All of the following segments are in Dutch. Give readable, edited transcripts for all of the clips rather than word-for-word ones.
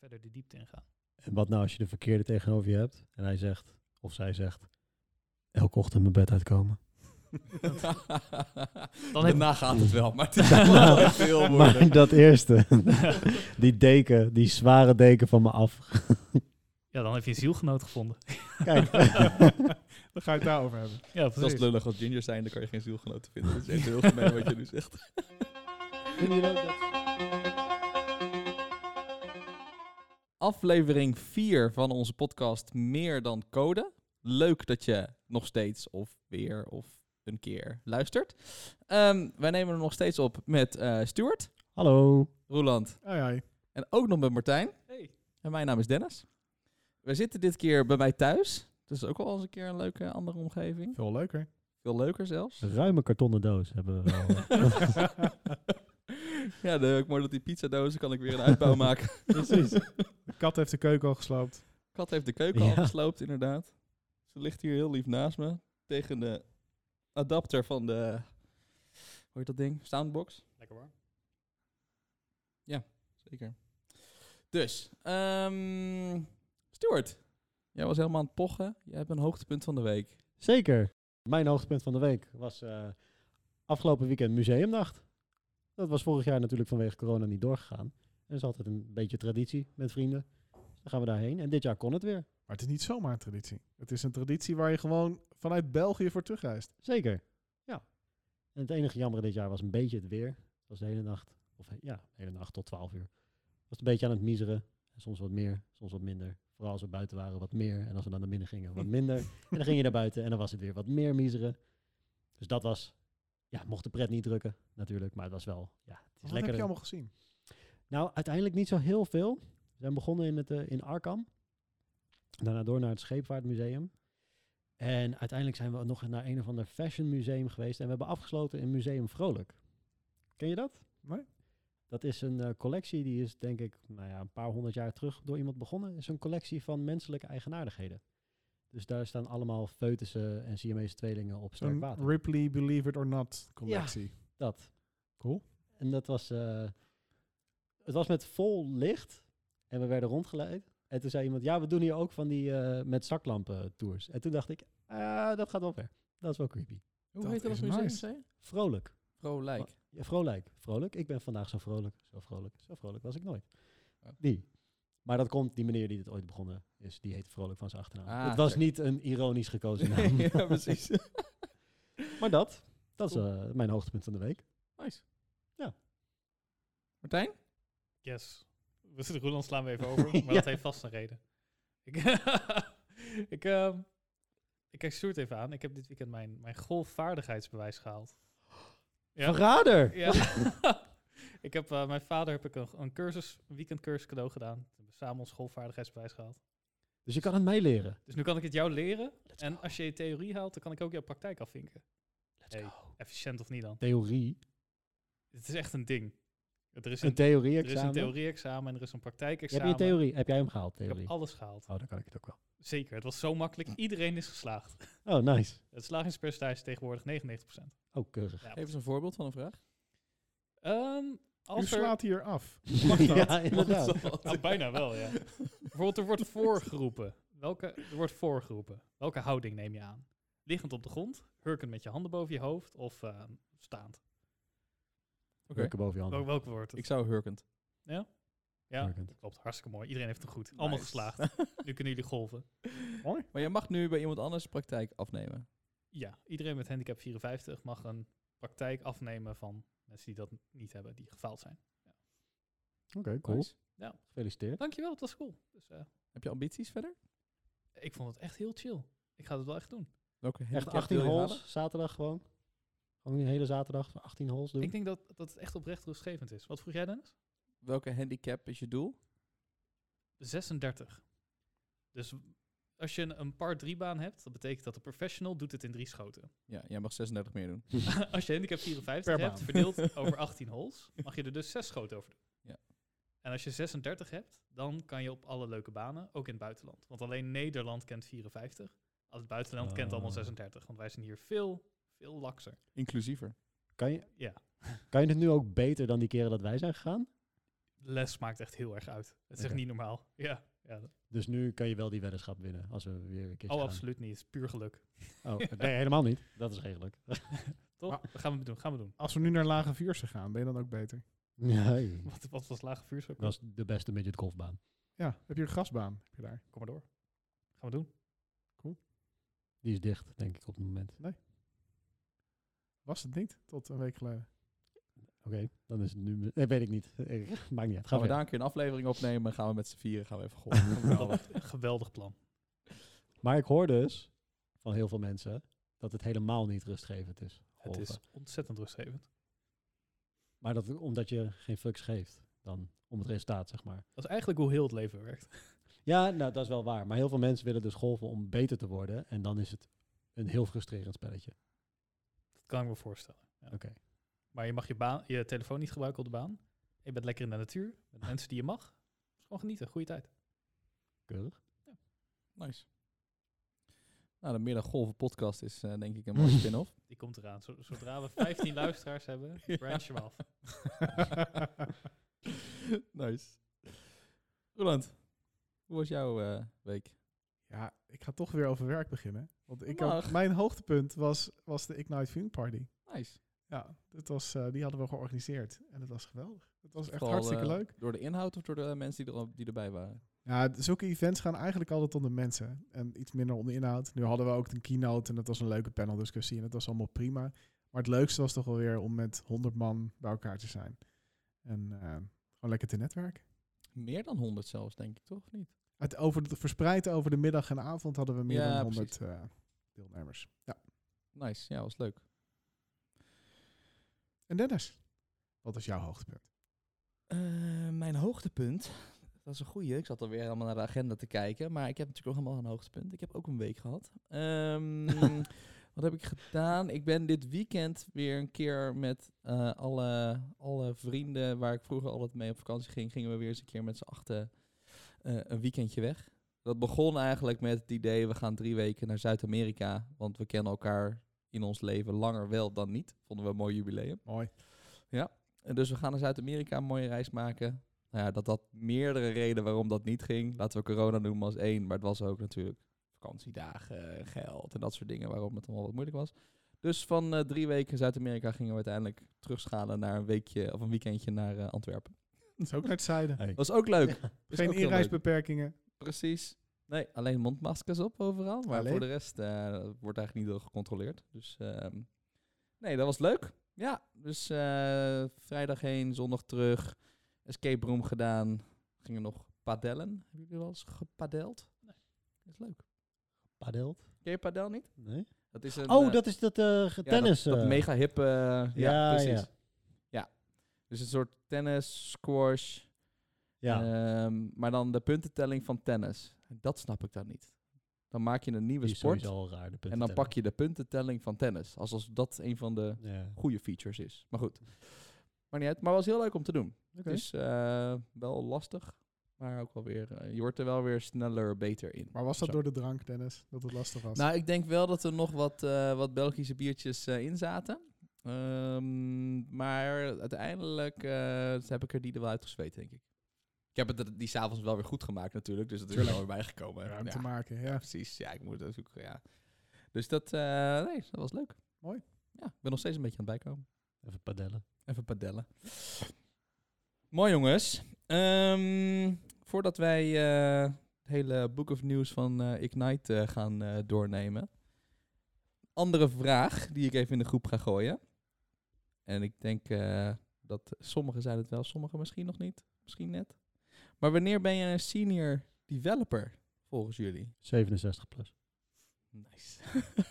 verder de diepte in gaan. En wat nou als je de verkeerde tegenover je hebt en hij zegt, of zij zegt, elke ochtend mijn bed uitkomen. Daarna gaat het wel, maar het is wel echt heel moeilijk. Maar dat eerste, die zware deken van me af. Ja, dan heb je een zielgenoot gevonden. Kijk. Dan ga je het daarover hebben. Ja, Dat is precies. lullig, want ginger zijn, dan kan je geen zielgenoten vinden. Dat is echt heel gemeen wat je nu zegt. Aflevering 4 van onze podcast Meer dan Code. Leuk dat je nog steeds of weer of een keer luistert. Wij nemen hem nog steeds op met Stuart, Hallo. Roeland Hoi. en ook nog met Martijn. Hey. En mijn naam is Dennis. We zitten dit keer bij mij thuis. Dus ook wel eens een keer een leuke andere omgeving. Veel leuker. Veel leuker zelfs. Een ruime kartonnen doos hebben we wel. Ja, ook mooi dat die pizzadozen kan ik weer een uitbouw maken. Precies. De kat heeft de keuken al gesloopt. Kat heeft de keuken al gesloopt, inderdaad. Ze ligt hier heel lief naast me. Tegen de adapter van de... Hoe heet dat ding? Soundbox? Lekker warm. Zeker. Dus, Stuart. Jij was helemaal aan het pochen. Jij hebt een hoogtepunt van de week. Zeker. Mijn hoogtepunt van de week was afgelopen weekend museumnacht. Dat was vorig jaar natuurlijk vanwege corona niet doorgegaan. En dat is altijd een beetje traditie met vrienden. Dus dan gaan we daarheen. En dit jaar kon het weer. Maar het is niet zomaar een traditie. Het is een traditie waar je gewoon vanuit België voor terugreist. Zeker. Ja. En het enige jammere dit jaar was een beetje het weer. Het was de hele nacht. De hele nacht tot 12 uur. Het was een beetje aan het miseren. En soms wat meer, soms wat minder. Vooral als we buiten waren, wat meer. En als we dan naar binnen gingen, wat minder. En dan ging je naar buiten en dan was het weer wat meer miseren. Dus dat was... Ja, mocht de pret niet drukken, natuurlijk. Maar het was wel... Ja, het is Wat lekker. heb je allemaal gezien? Nou, uiteindelijk niet zo heel veel. We zijn begonnen in Arkham. Daarna door naar het Scheepvaartmuseum. En uiteindelijk zijn we nog naar een of ander fashion museum geweest. En we hebben afgesloten in Museum Vrolijk. Ken je dat? Nee? Dat is een collectie, die is denk ik een paar 100 jaar terug door iemand begonnen. Het is een collectie van menselijke eigenaardigheden. Dus daar staan allemaal foetussen en Siamese tweelingen op sterk Zo'n water. Ripley Believe It or Not collectie. Dat. Cool. En dat was... het was met vol licht. En we werden rondgeleid. En toen zei iemand, ja, we doen hier ook van die met zaklampen tours. En toen dacht ik, dat gaat wel ver. Dat is wel creepy. Hoe Dat heet dat is als museum, nice. zei je? Vrolijk. Vrolijk. Ja, vrolijk. Ik ben vandaag zo vrolijk. Zo vrolijk. Zo vrolijk was ik nooit. Oh. Die. Maar dat komt, die meneer die dit ooit begonnen is, die heet Vrolijk van zijn achternaam. Ah, het was check. niet een ironisch gekozen naam. Ja, precies. Maar dat is Cool. mijn hoogtepunt van de week. Nice. Ja. Martijn? Yes. We zitten Roeland slaan we even over, maar Ja. dat heeft vast een reden. Ik kijk Stuart even aan. Ik heb dit weekend mijn golfvaardigheidsbewijs gehaald. Ja. Verrader! Ja. Ik heb mijn vader heb ik een weekendcursus cadeau gedaan. We hebben samen ons golfvaardigheidsbewijs gehaald. Dus je kan het meeleren. Dus nu kan ik het jou leren. Let's En go. als je je theorie haalt, dan kan ik ook jouw praktijk afvinken. Let's Hey. go. Efficiënt of niet dan? Theorie. Het is echt een ding. Er is Een een theorie-examen. theorie-examen en er is een Heb praktijkexamen. je een theorie? Heb jij hem gehaald, Ik theorie? heb alles gehaald. Oh, dan kan ik het ook wel. Zeker, het was zo makkelijk. Iedereen is geslaagd. Oh, nice. Het slagingspercentage is tegenwoordig 99%. Oh, keurig. Ja. Geef eens een voorbeeld van een vraag. U Als er... slaat hier af. Ja, inderdaad. Nou, bijna wel, ja. Bijvoorbeeld, er wordt voorgeroepen. Welke houding neem je aan? Liggend op de grond, hurkend met je handen boven je hoofd of staand? Oké. Lekker boven je handen. Welke wordt het? Ik zou hurkend. Ja, Hurkend. klopt. Hartstikke mooi. Iedereen heeft het goed. Allemaal Nice. geslaagd. Nu kunnen jullie golven. Mooi. Maar je mag nu bij iemand anders praktijk afnemen. Ja, iedereen met handicap 54 mag een praktijk afnemen van mensen die dat niet hebben, die gefaald zijn. Oké, cool. Nice. Gefeliciteerd. Dankjewel, het was cool. Dus, Heb je ambities verder? ik vond het echt heel chill. Ik ga het wel echt doen. Welke Echt handicap 18 wil je holes, halen? zaterdag gewoon. Gewoon een hele zaterdag 18 holes doen. Ik denk dat het echt oprecht rustgevend is. Wat vroeg jij, Dennis? Welke handicap is je doel? 36. Dus als je een par 3 baan hebt, dat betekent dat de professional doet het in 3 schoten. Ja, jij mag 36 meer doen. Als je handicap 54 Per hebt, baan. verdeeld over 18 holes, mag je er dus 6 schoten over doen. Ja. En als je 36 hebt, dan kan je op alle leuke banen, ook in het buitenland. Want alleen Nederland kent 54. Als het buitenland kent allemaal 36. Want wij zijn hier veel lakser. Inclusiever. Kan je, Ja. kan je het nu ook beter dan die keren dat wij zijn gegaan? de les maakt echt heel erg uit. Het is echt Oké. niet normaal. Ja. Dus nu kan je wel die weddenschap winnen als we weer een keer Oh, absoluut niet. Het is puur geluk. Oh, nee, helemaal niet. Dat is geen geluk. Toch? Maar- Dat gaan we doen. Als we nu naar Lage Vuursche gaan, ben je dan ook beter? Nee. Wat was lage vuurschap? Dat was de beste midget golfbaan. Ja, heb je een grasbaan? Heb je daar? Kom maar door. Gaan we doen. Die is dicht, denk ik, op het moment. Was het niet, tot een week geleden. Oké, dan is het nu... Nee, weet ik niet. Maakt niet uit. Ga Gaan we verder. daar een keer een aflevering opnemen. Gaan we met z'n vieren gaan we even golven. Geweldig plan. Maar ik hoor dus van heel veel mensen dat het helemaal niet rustgevend is. Het golven. is ontzettend rustgevend. Maar dat omdat je geen fucks geeft dan om het resultaat, zeg maar. Dat is eigenlijk hoe heel het leven werkt. Ja, nou, dat is wel waar. Maar heel veel mensen willen dus golven om beter te worden. En dan is het een heel frustrerend spelletje. Dat kan ik me voorstellen. Ja. Oké. Maar je mag je telefoon niet gebruiken op de baan. Je bent lekker in de natuur. Met mensen die je mag. Dus gewoon genieten. Goede tijd. Keurig. Nice. Nou, de Middag Golven podcast is denk ik een mooie spin-off. Die komt eraan. Zodra we 15 luisteraars hebben, branch hem af. Nice. Roland, hoe was jouw week? Ja, ik ga toch weer over werk beginnen. Want Mag. mijn hoogtepunt was de Ignite Viewing Party. Nice. Ja, die hadden we georganiseerd. En het was geweldig. Het was echt Vooral, hartstikke leuk. Door de inhoud of door de mensen die erbij waren? Ja, zulke events gaan eigenlijk altijd om de mensen. En iets minder om de inhoud. Nu hadden we ook een keynote en dat was een leuke paneldiscussie. En dat was allemaal prima. Maar het leukste was toch wel weer om met 100 man bij elkaar te zijn. En gewoon lekker te netwerken. Meer dan 100 zelfs, denk ik, toch? Of niet? Verspreid over de middag en avond hadden we meer Ja, dan 100 deelnemers. Ja. Nice, ja, was leuk. En Dennis, wat is jouw hoogtepunt? Mijn hoogtepunt, dat is een goeie. Ik zat alweer helemaal naar de agenda te kijken. Maar ik heb natuurlijk nog helemaal een hoogtepunt. Ik heb ook een week gehad. Wat heb ik gedaan? Ik ben dit weekend weer een keer met alle vrienden waar ik vroeger altijd mee op vakantie ging. Gingen we weer eens een keer met z'n achten een weekendje weg. Dat begon eigenlijk met het idee, we gaan 3 weken naar Zuid-Amerika. Want we kennen elkaar in ons leven langer wel dan niet. Vonden we een mooi jubileum. Mooi. En dus we gaan naar Zuid-Amerika een mooie reis maken. Nou ja, dat had meerdere redenen waarom dat niet ging. Laten we corona noemen als 1. Maar het was ook natuurlijk vakantiedagen, geld en dat soort dingen waarom het allemaal wat moeilijk was. Dus van 3 weken Zuid-Amerika gingen we uiteindelijk terugschalen naar een weekje of een weekendje naar Antwerpen. Dat is ook naar het zuiden. Hey. Was ook leuk. Is Geen ook heel leuk. inreisbeperkingen. Precies. Nee, alleen mondmaskers op overal. Maar Alleen? voor de rest wordt eigenlijk niet heel gecontroleerd. Dus nee, dat was leuk. Ja, dus vrijdag heen, zondag terug. Escape room gedaan. Gingen nog padellen. Hebben jullie wel eens gepadeld? Nee. Dat is leuk. Padelt? Ken je padel niet? Nee? Dat is een, Dat is dat ja, tennis. Dat mega hippe... ja, ja, precies. ja. Ja. Dus een soort tennis, squash. Ja, Maar dan de puntentelling van tennis. Dat snap ik dan niet. Dan maak je een nieuwe die is sport. sowieso al raar. De En dan pak je de puntentelling van tennis. Alsof dat een van de Ja. goede features is. Maar goed. Maar niet uit. Maar was heel leuk om te doen. Oké. Het is wel lastig. Maar ook wel weer... je wordt er wel weer sneller beter in. Maar was dat Zo. door de drank, Dennis? Dat het lastig was? Nou, ik denk wel dat er nog wat Belgische biertjes in zaten. Maar uiteindelijk heb ik er die er wel uitgezweet, denk ik. Ik heb het die s'avonds wel weer goed gemaakt natuurlijk. Dus dat is er wel weer bijgekomen. Ruimte Ja. maken, Ja, ja. precies. Ja, ik moet het zoeken, ja. Dus dat was leuk. Mooi. Ja, ik ben nog steeds een beetje aan het bijkomen. Even padellen. Even padellen. Mooi jongens. Voordat wij het hele Book of News van Ignite gaan doornemen. Andere vraag die ik even in de groep ga gooien. En ik denk dat sommigen zijn het wel, sommigen misschien nog niet. Misschien net. Maar wanneer ben je een senior developer volgens jullie? 67 plus. Nice.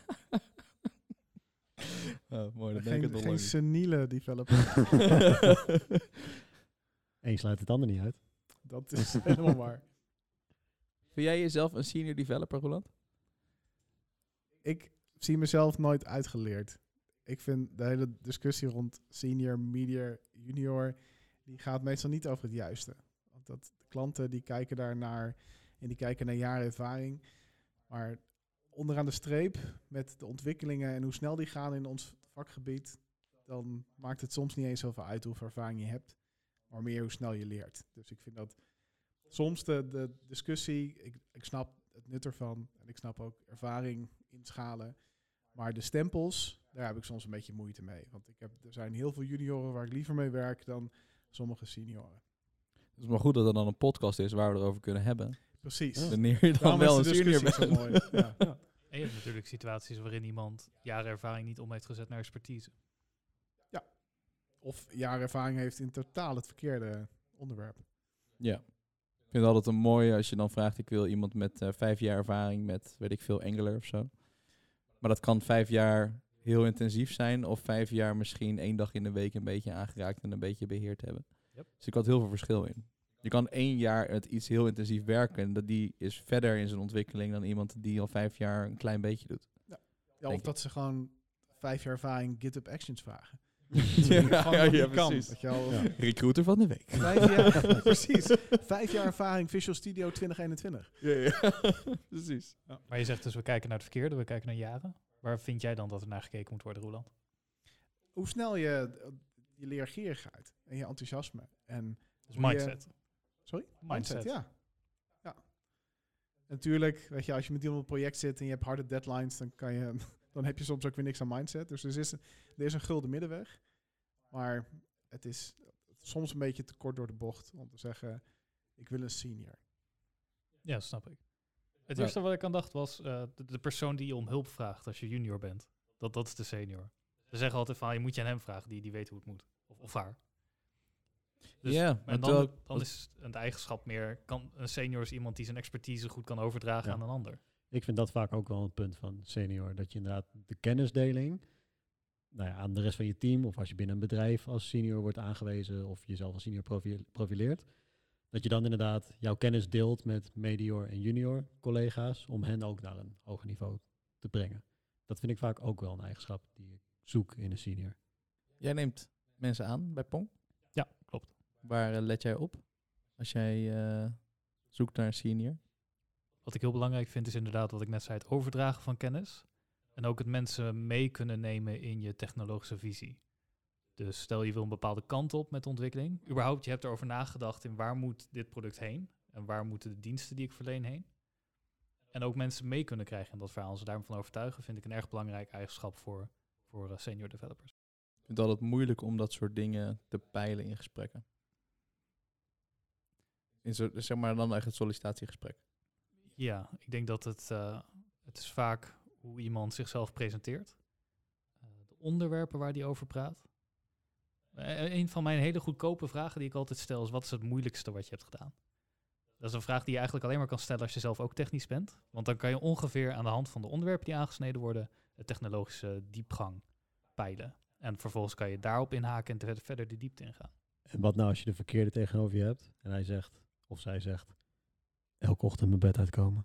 Oh, mooi, dan denk ik het nog Geen lang seniele developer. Eén sluit het ander niet uit. Dat is helemaal waar. Vind jij jezelf een senior developer, Roland? Ik zie mezelf nooit uitgeleerd. Ik vind de hele discussie rond senior, medior, junior, die gaat meestal niet over het juiste. Want de klanten die kijken daarnaar en die kijken naar jaren ervaring. Maar onderaan de streep met de ontwikkelingen en hoe snel die gaan in ons vakgebied, dan maakt het soms niet eens zoveel uit hoeveel ervaring je hebt. maar meer hoe snel je leert. Dus ik vind dat soms de discussie, ik snap het nut ervan en ik snap ook ervaring inschalen. Maar de stempels, daar heb ik soms een beetje moeite mee. Want er zijn heel veel junioren waar ik liever mee werk dan sommige senioren. Het is maar goed dat er dan een podcast is waar we erover kunnen hebben. Precies. Wanneer je dan Daarom wel een is de senior discussie bent. zo mooi. Ja. En je hebt natuurlijk situaties waarin iemand jaren ervaring niet om heeft gezet naar expertise. Of jaren ervaring heeft in totaal het verkeerde onderwerp. Ja. Ik vind het altijd een mooie als je dan vraagt, ik wil iemand met 5 jaar ervaring met, weet ik veel, Angular of zo. Maar dat kan 5 jaar heel intensief zijn of 5 jaar misschien 1 dag in de week een beetje aangeraakt en een beetje beheerd hebben. Yep. Dus ik had heel veel verschil in. Je kan 1 jaar met iets heel intensief werken en die is verder in zijn ontwikkeling dan iemand die al 5 jaar een klein beetje doet. Ja, Denk of ik. dat ze gewoon 5 jaar ervaring GitHub Actions vragen. Ja, precies. Weet je wel. Ja. Recruiter van de week. 5 jaar, precies. 5 jaar ervaring Visual Studio 2021. Ja. Precies. Maar je zegt dus, we kijken naar het verkeerde, we kijken naar jaren. Waar vind jij dan dat er naar gekeken moet worden, Roeland? Hoe snel je leergierigheid en je enthousiasme. En Dus hoe je- mindset. Sorry? Mindset. Ja. Natuurlijk, weet je, als je met iemand op een project zit en je hebt harde deadlines, dan heb je soms ook weer niks aan mindset. Dus er is een gulden middenweg. Maar het is soms een beetje te kort door de bocht om te zeggen, ik wil een senior. Ja, dat snap ik. Het Ja. eerste wat ik aan dacht was de persoon die je om hulp vraagt als je junior bent. Dat is de senior. Ze zeggen altijd van, je moet je aan hem vragen, die weet hoe het moet. Of haar. Dus, Ja, en maar dan terwijl- is een eigenschap meer, een senior is iemand die zijn expertise goed kan overdragen Ja. aan een ander. Ik vind dat vaak ook wel een punt van senior. Dat je inderdaad de kennisdeling aan de rest van je team, of als je binnen een bedrijf als senior wordt aangewezen, of jezelf als senior profileert, dat je dan inderdaad jouw kennis deelt met medior en junior collega's, om hen ook naar een hoger niveau te brengen. Dat vind ik vaak ook wel een eigenschap die ik zoek in een senior. Jij neemt mensen aan bij Pong. Ja, klopt. Waar let jij op als jij zoekt naar een senior? Wat ik heel belangrijk vind is inderdaad wat ik net zei, het overdragen van kennis. En ook het mensen mee kunnen nemen in je technologische visie. Dus stel je wil een bepaalde kant op met de ontwikkeling. Überhaupt, je hebt erover nagedacht in waar moet dit product heen? En waar moeten de diensten die ik verleen heen? En ook mensen mee kunnen krijgen in dat verhaal. Ze daarvan overtuigen vind ik een erg belangrijk eigenschap voor senior developers. Ik vind het altijd moeilijk om dat soort dingen te peilen in gesprekken. Zeg maar dan echt het sollicitatiegesprek. Ja, ik denk dat het is vaak hoe iemand zichzelf presenteert. De onderwerpen waar die over praat. Een van mijn hele goedkope vragen die ik altijd stel is, wat is het moeilijkste wat je hebt gedaan? Dat is een vraag die je eigenlijk alleen maar kan stellen als je zelf ook technisch bent. Want dan kan je ongeveer aan de hand van de onderwerpen die aangesneden worden, de technologische diepgang peilen. En vervolgens kan je daarop inhaken en verder de diepte ingaan. En wat nou als je de verkeerde tegenover je hebt en hij zegt, of zij zegt, elke ochtend mijn bed uitkomen.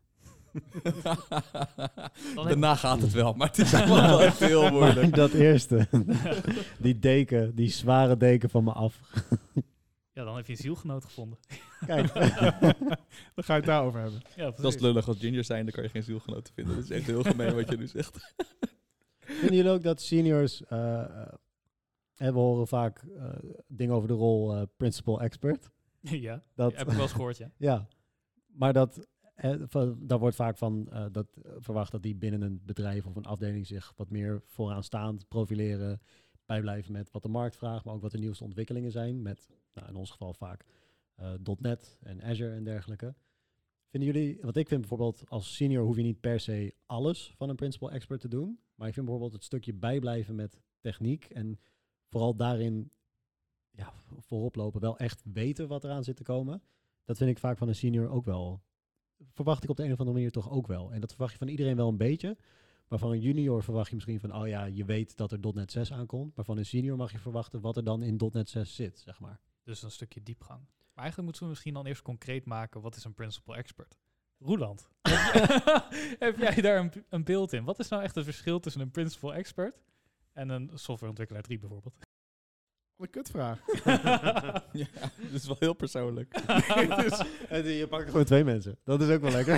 Daarna gaat het wel, maar het is wel echt heel moeilijk. Maar dat eerste, die zware deken van me af. Ja, dan heb je een zielgenoot gevonden. Kijk, Dan ga je het daarover hebben. Ja, Dat is lullig als ginger zijn, dan kan je geen zielgenoten vinden. Dat is echt heel gemeen wat je nu zegt. vinden jullie ook dat seniors, we horen vaak dingen over de rol principal expert. Ja, Dat, heb ik wel eens gehoord, ja. ja, maar daar wordt vaak van verwacht dat die binnen een bedrijf of een afdeling zich wat meer vooraanstaand profileren, bijblijven met wat de markt vraagt, maar ook wat de nieuwste ontwikkelingen zijn met, in ons geval vaak .NET en Azure en dergelijke. Vinden jullie, want ik vind bijvoorbeeld als senior hoef je niet per se alles van een principal expert te doen, maar ik vind bijvoorbeeld het stukje bijblijven met techniek en vooral daarin voorop lopen, wel echt weten wat eraan zit te komen. Dat vind ik vaak van een senior ook wel. Verwacht ik op de een of andere manier toch ook wel. En dat verwacht je van iedereen wel een beetje. Maar van een junior verwacht je misschien van, je weet dat er .NET 6 aankomt. Maar van een senior mag je verwachten wat er dan in .NET 6 zit, zeg maar. Dus een stukje diepgang. Maar eigenlijk moeten we misschien dan eerst concreet maken, wat is een principal expert? Roeland, heb jij daar een beeld in? Wat is nou echt het verschil tussen een principal expert en een softwareontwikkelaar 3 bijvoorbeeld? Wat een kutvraag. Ja, dat is wel heel persoonlijk. Je pakt gewoon 2 mensen. Dat is ook wel lekker.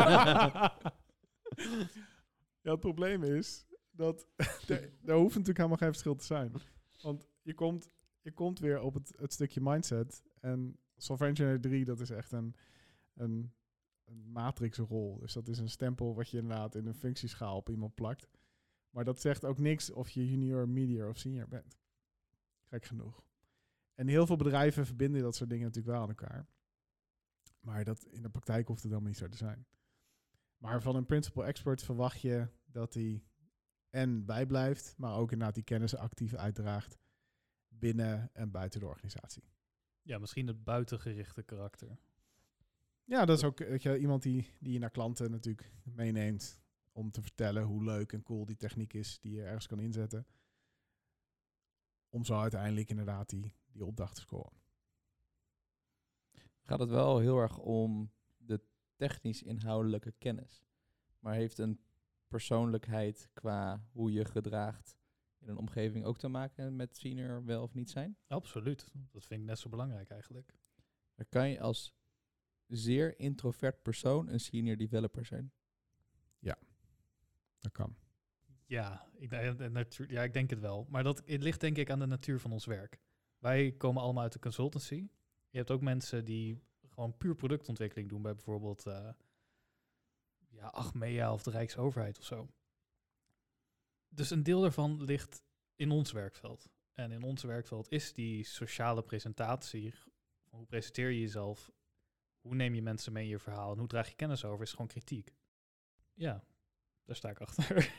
Ja, het probleem is dat er hoeft natuurlijk helemaal geen verschil te zijn. Want je komt je komt weer op het stukje mindset. En Software Engineer 3, dat is echt een matrixrol. Dus dat is een stempel wat je inderdaad in een functieschaal op iemand plakt. Maar dat zegt ook niks of je junior, medior of senior bent. Gek genoeg. En heel veel bedrijven verbinden dat soort dingen natuurlijk wel aan elkaar. Maar dat in de praktijk hoeft het helemaal niet zo te zijn. Maar van een principal expert verwacht je dat hij en bijblijft, maar ook inderdaad die kennis actief uitdraagt binnen en buiten de organisatie. Ja, misschien het buitengerichte karakter. Ja, dat is ook iemand die je naar klanten natuurlijk meeneemt om te vertellen hoe leuk en cool die techniek is die je ergens kan inzetten. Om zo uiteindelijk inderdaad die opdracht te scoren. Gaat het wel heel erg om de technisch-inhoudelijke kennis. Maar heeft een persoonlijkheid qua hoe je gedraagt in een omgeving ook te maken met senior wel of niet zijn? Absoluut. Dat vind ik net zo belangrijk eigenlijk. Dan kan je als zeer introvert persoon een senior developer zijn. Dat kan. Ja, ik denk het wel. Maar het ligt denk ik aan de natuur van ons werk. Wij komen allemaal uit de consultancy. Je hebt ook mensen die gewoon puur productontwikkeling doen bij bijvoorbeeld Achmea of de Rijksoverheid of zo. Dus een deel daarvan ligt in ons werkveld. En in ons werkveld is die sociale presentatie. Hoe presenteer je jezelf? Hoe neem je mensen mee in je verhaal? En hoe draag je kennis over? Is gewoon kritiek. Ja, daar sta ik achter.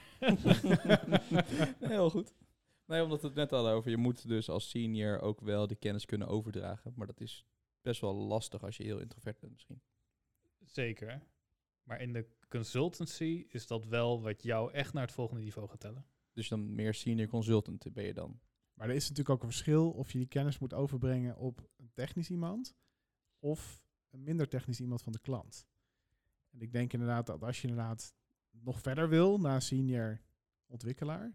Heel goed. Nee, omdat we het net hadden over, je moet dus als senior ook wel de kennis kunnen overdragen. Maar dat is best wel lastig als je heel introvert bent misschien. Zeker. Maar in de consultancy is dat wel wat jou echt naar het volgende niveau gaat tellen. Dus dan meer senior consultant ben je dan. Maar er is natuurlijk ook een verschil of je die kennis moet overbrengen op een technisch iemand of een minder technisch iemand van de klant. En ik denk inderdaad dat als je inderdaad nog verder wil naar senior ontwikkelaar,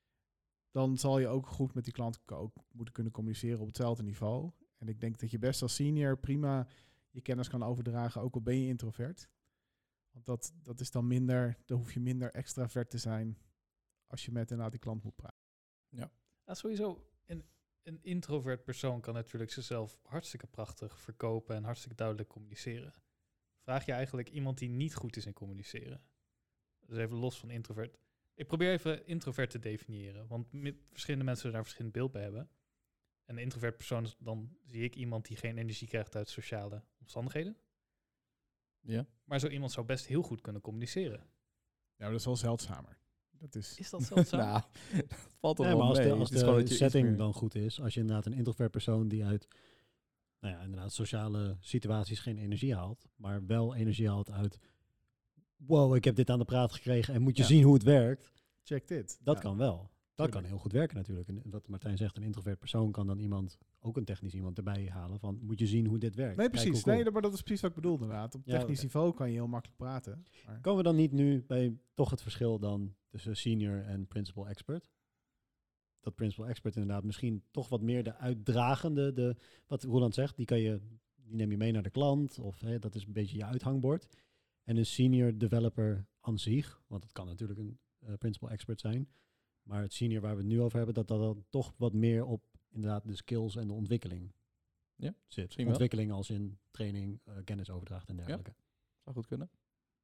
dan zal je ook goed met die klant ook moeten kunnen communiceren op hetzelfde niveau. En ik denk dat je best als senior prima je kennis kan overdragen, ook al ben je introvert. Want dat is dan minder, dan hoef je minder extravert te zijn als je met inderdaad die klant moet praten. Ja, sowieso. Een introvert persoon kan natuurlijk zichzelf hartstikke prachtig verkopen en hartstikke duidelijk communiceren. Vraag je eigenlijk iemand die niet goed is in communiceren? Dus even los van introvert. Ik probeer even introvert te definiëren, want verschillende mensen daar verschillend beeld bij hebben. En een introvert persoon, dan zie ik iemand die geen energie krijgt uit sociale omstandigheden. Ja. Maar zo iemand zou best heel goed kunnen communiceren. Ja, maar dat is wel zeldzamer. Dat Is dat zeldzaam? Nou, dat valt toch Ja, wel maar mee. als Het is de gewoon dat je setting iets meer- dan goed is, als je inderdaad een introvert persoon die uit inderdaad sociale situaties geen energie haalt, maar wel energie haalt uit wow, ik heb dit aan de praat gekregen en moet je zien hoe het werkt. check dit. Dat Ja. kan wel. Dat Tuurlijk. kan heel goed werken natuurlijk. En wat Martijn zegt, een introvert persoon kan dan ook een technisch iemand erbij halen van moet je zien hoe dit werkt. Nee, Kijk precies. hoe cool. Maar dat is precies wat ik bedoelde inderdaad. Op Ja, technisch oké. niveau kan je heel makkelijk praten. Maar Komen we dan niet nu bij toch het verschil dan tussen senior en principal expert? Dat principal expert inderdaad misschien toch wat meer de uitdragende, wat Roland zegt, die neem je mee naar de klant of dat is een beetje je uithangbord. En een senior developer aan zich, want het kan natuurlijk een principal expert zijn, maar het senior waar we het nu over hebben, dat dan toch wat meer op inderdaad de skills en de ontwikkeling zit. misschien wel. Ontwikkeling als in training, kennisoverdracht en dergelijke. Zou goed kunnen.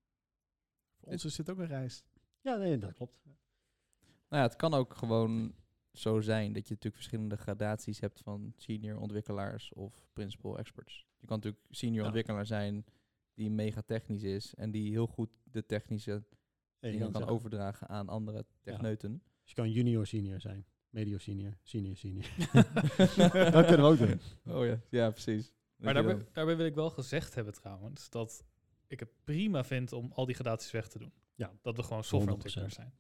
voor ons is dit ook een reis. Ja, nee, dat klopt. Nou ja, het kan ook gewoon zo zijn dat je natuurlijk verschillende gradaties hebt van senior ontwikkelaars of principal experts. Je kan natuurlijk senior Ja. ontwikkelaar zijn die mega technisch is en die heel goed de technische Ja, je dingen kan zeggen, overdragen aan andere techneuten. dus je kan junior senior zijn, medio senior, senior senior. Dat kunnen we ook doen. Oh ja, ja precies. Maar Dat je dan- daarbij wil ik wel gezegd hebben trouwens, dat ik het prima vind om al die gradaties weg te doen. Ja. Dat we gewoon softwareontwikkelaars zijn.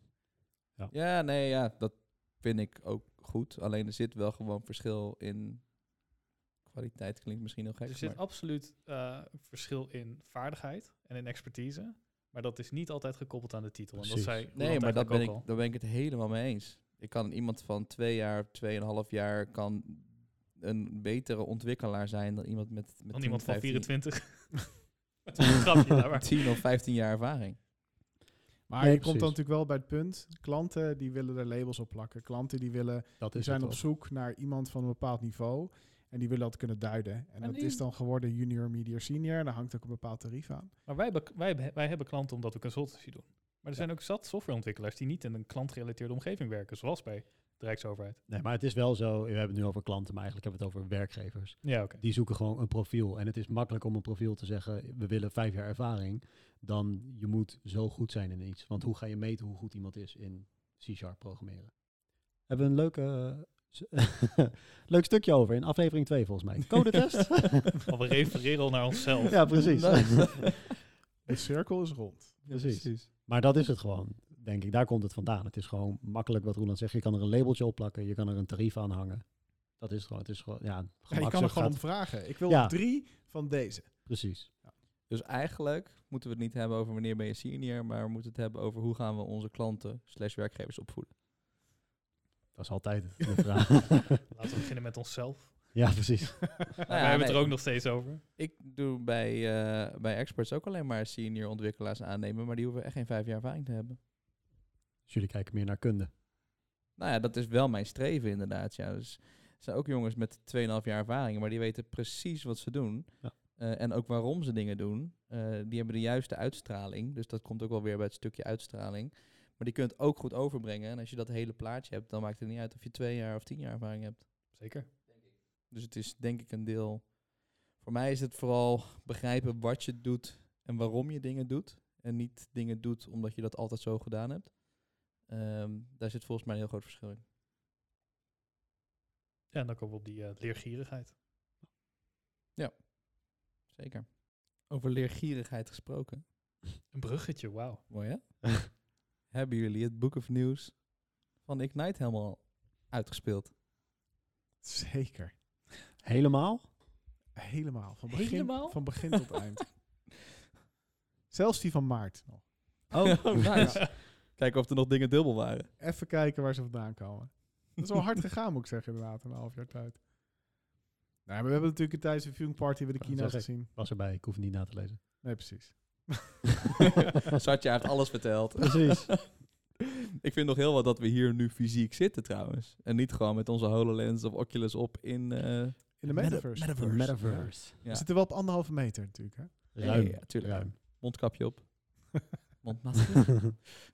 Ja, nee, ja, dat vind ik ook goed. Alleen er zit wel gewoon verschil in kwaliteit. Klinkt misschien heel gek. Er zit maar- absoluut verschil in vaardigheid en in expertise. Maar dat is niet altijd gekoppeld aan de titel. En dat Precies. zei Nee, Roland maar eigenlijk ook al. daar ben ik het helemaal mee eens. Ik kan iemand van 2 jaar, 2,5 jaar kan een betere ontwikkelaar zijn dan iemand met Dan 10, iemand van 15 24. Dat is een grapje daar, maar. 10 of 15 jaar ervaring. Maar Nee, je komt dan precies. natuurlijk wel bij het punt. Klanten die willen er labels op plakken. Klanten die Dat die is zijn het op ook. zoek naar iemand van een bepaald niveau. En die willen dat kunnen duiden. En Maar dat nee. is dan geworden junior, medior, senior. En daar hangt ook een bepaald tarief aan. Maar wij hebben klanten omdat we consultancy doen. Maar er zijn ook zat softwareontwikkelaars die niet in een klantgerelateerde omgeving werken, zoals bij de Rijksoverheid. Nee, maar het is wel zo. We hebben het nu over klanten, maar eigenlijk hebben we het over werkgevers. Ja, oké. Die zoeken gewoon een profiel. En het is makkelijk om een profiel te zeggen, we willen 5 jaar ervaring. Dan je moet zo goed zijn in iets. Want hoe ga je meten hoe goed iemand is in C# programmeren? Hebben we een leuk stukje over in aflevering 2 volgens mij. Codetest? Al we refereren al naar onszelf. Ja, precies. De cirkel is rond. Precies. Maar dat is het gewoon, denk ik. Daar komt het vandaan. Het is gewoon makkelijk wat Roeland zegt. Je kan er een labeltje op plakken. Je kan er een tarief aan hangen. Dat is het gewoon. Het is gewoon, ja, Ja, je gemakzucht kan er gewoon gaat- om vragen. Ik wil Ja. 3 van deze. Precies. Dus eigenlijk moeten we het niet hebben over wanneer ben je senior, maar we moeten het hebben over hoe gaan we onze klanten / werkgevers opvoeden. Dat is altijd de vraag. Laten we beginnen met onszelf. Ja, precies. Wij hebben het er ook nog steeds over. Ik doe bij experts ook alleen maar senior ontwikkelaars aannemen, maar die hoeven echt geen 5 jaar ervaring te hebben. Dus jullie kijken meer naar kunde. Nou ja, dat is wel mijn streven inderdaad. Ja. Dus er zijn ook jongens met 2,5 jaar ervaring, maar die weten precies wat ze doen. Ja. En ook waarom ze dingen doen. Die hebben de juiste uitstraling. Dus dat komt ook wel weer bij het stukje uitstraling. Maar die kunt het ook goed overbrengen. En als je dat hele plaatje hebt, dan maakt het niet uit of je 2 jaar of 10 jaar ervaring hebt. Zeker. Dus het is denk ik een deel. Voor mij is het vooral begrijpen wat je doet en waarom je dingen doet. En niet dingen doet omdat je dat altijd zo gedaan hebt. Daar zit volgens mij een heel groot verschil in. Ja, en dan komen we op die leergierigheid. Zeker. Over leergierigheid gesproken. Een bruggetje, wauw. Mooi hè? Hebben jullie het Book of News van Ignite helemaal uitgespeeld? Zeker. Helemaal? Helemaal. Helemaal? Van begin tot eind. Zelfs die van maart nog. Oh, nice. Kijken of er nog dingen dubbel waren. Even kijken waar ze vandaan komen. Dat is wel hard gegaan, moet ik zeggen, inderdaad, in een half jaar tijd. Nou, we hebben natuurlijk tijdens de viewing party weer de Dat keynote zeg ik. gezien. Was erbij. Ik hoef het niet na te lezen. Nee, precies. Satya heeft alles verteld. Precies. Ik vind nog heel wat dat we hier nu fysiek zitten trouwens. En niet gewoon met onze HoloLens of Oculus op in... In de metaverse. De metaverse. Ja. We zitten wel op 1,5 meter natuurlijk, hè? Ruim. Ja, tuurlijk. Ruim. Mondkapje op. Mondmasker.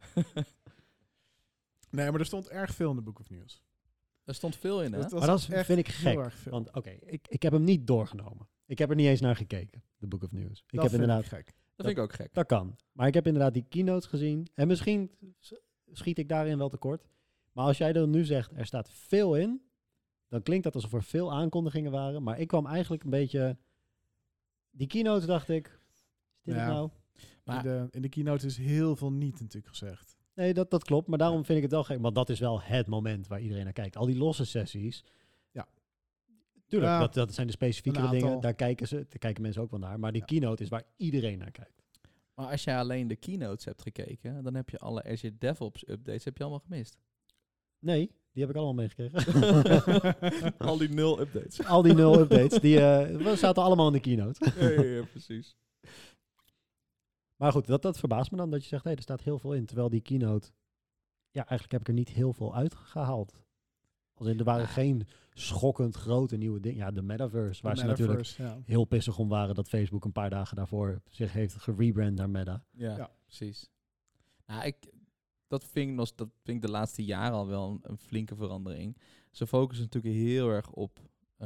Nee, maar er stond erg veel in de Book of News. Er stond veel in hè? Dat was Maar dat echt vind ik heel gek. erg veel. Want oké, ik heb hem niet doorgenomen. Ik heb er niet eens naar gekeken, de Book of News. Ik dat heb vind inderdaad, ik gek. Dat vind ik ook gek. dat kan. Maar ik heb inderdaad die keynotes gezien. En misschien schiet ik daarin wel tekort. Maar als jij dan nu zegt, er staat veel in, dan klinkt dat alsof er veel aankondigingen waren. Maar ik kwam eigenlijk een beetje... Die keynotes dacht ik, is dit Ja. het nou? Maar- In de keynote is heel veel niet natuurlijk gezegd. Nee, dat klopt. Maar daarom vind ik het wel gek. Want dat is wel het moment waar iedereen naar kijkt. Al die losse sessies. Ja. Tuurlijk, Ja, dat zijn de specifieke een aantal. dingen. Daar kijken mensen ook wel naar. Maar die Ja. keynote is waar iedereen naar kijkt. Maar als jij alleen de keynotes hebt gekeken, dan heb je alle Azure DevOps updates heb je allemaal gemist. Nee, die heb ik allemaal meegekregen. Al die 0 updates. Al die 0 updates, die zaten allemaal in de keynote. ja, precies. Maar goed, dat verbaast me dan dat je zegt, er staat heel veel in. Terwijl die keynote, ja, eigenlijk heb ik er niet heel veel uitgehaald. Als in, er waren geen schokkend grote nieuwe dingen. Ja, de metaverse, waar De ze natuurlijk metaverse, ja. heel pissig om waren dat Facebook een paar dagen daarvoor zich heeft gerebrand naar Meta. Ja, Ja. precies. Nou, dat vind ik de laatste jaren al wel een flinke verandering. Ze focussen natuurlijk heel erg op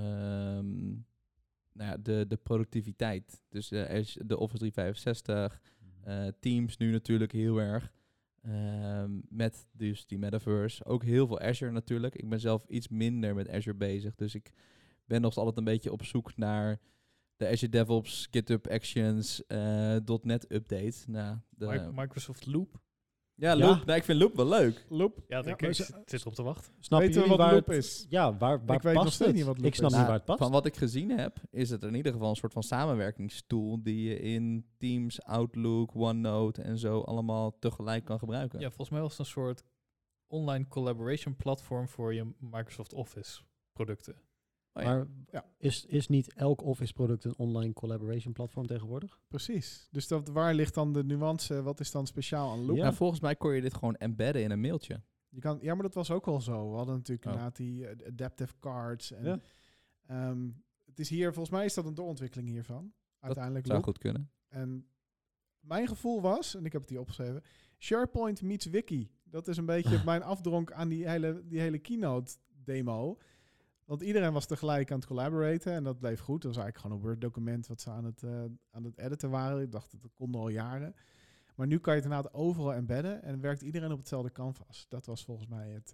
de productiviteit. Dus de Office 365, Teams nu natuurlijk heel erg. Met dus die metaverse. Ook heel veel Azure natuurlijk. Ik ben zelf iets minder met Azure bezig. Dus ik ben nog altijd een beetje op zoek naar de Azure DevOps, GitHub Actions, .NET update. Nou, Microsoft Loop. ja, Ja. Loop. Nou, ik vind Loop wel leuk. Loop. Ja, Ja, ik maar zit erop te wachten. Snap Weten we jullie wat waar Loop het- is? Ja, waar Ik weet nog past steeds het? niet wat Loop Ik snap is. niet Nou, waar het past. van wat ik gezien heb, is het in ieder geval een soort van samenwerkingstool die je in Teams, Outlook, OneNote en zo allemaal tegelijk kan gebruiken. Ja, volgens mij was het een soort online collaboration platform voor je Microsoft Office producten. Oh, ja. Maar Ja. is niet elk Office product een online collaboration platform tegenwoordig? Precies. Dus waar ligt dan de nuance? Wat is dan speciaal aan Loop? Ja. Nou, volgens mij kon je dit gewoon embedden in een mailtje. Je kan, ja, maar dat was ook al zo. We hadden natuurlijk Oh. inderdaad die adaptive cards. En, Ja. het is hier, volgens mij is dat een doorontwikkeling hiervan. Uiteindelijk Zou Loop. goed kunnen. En mijn gevoel was, en ik heb het hier opgeschreven, SharePoint meets Wiki. Dat is een beetje mijn afdronk aan die hele keynote demo. Want iedereen was tegelijk aan het collaboraten en dat bleef goed. Dat was eigenlijk gewoon een Word-document wat ze aan het editen waren. Ik dacht, dat kon al jaren. Maar nu kan je het inderdaad overal embedden en werkt iedereen op hetzelfde canvas. Dat was volgens mij het...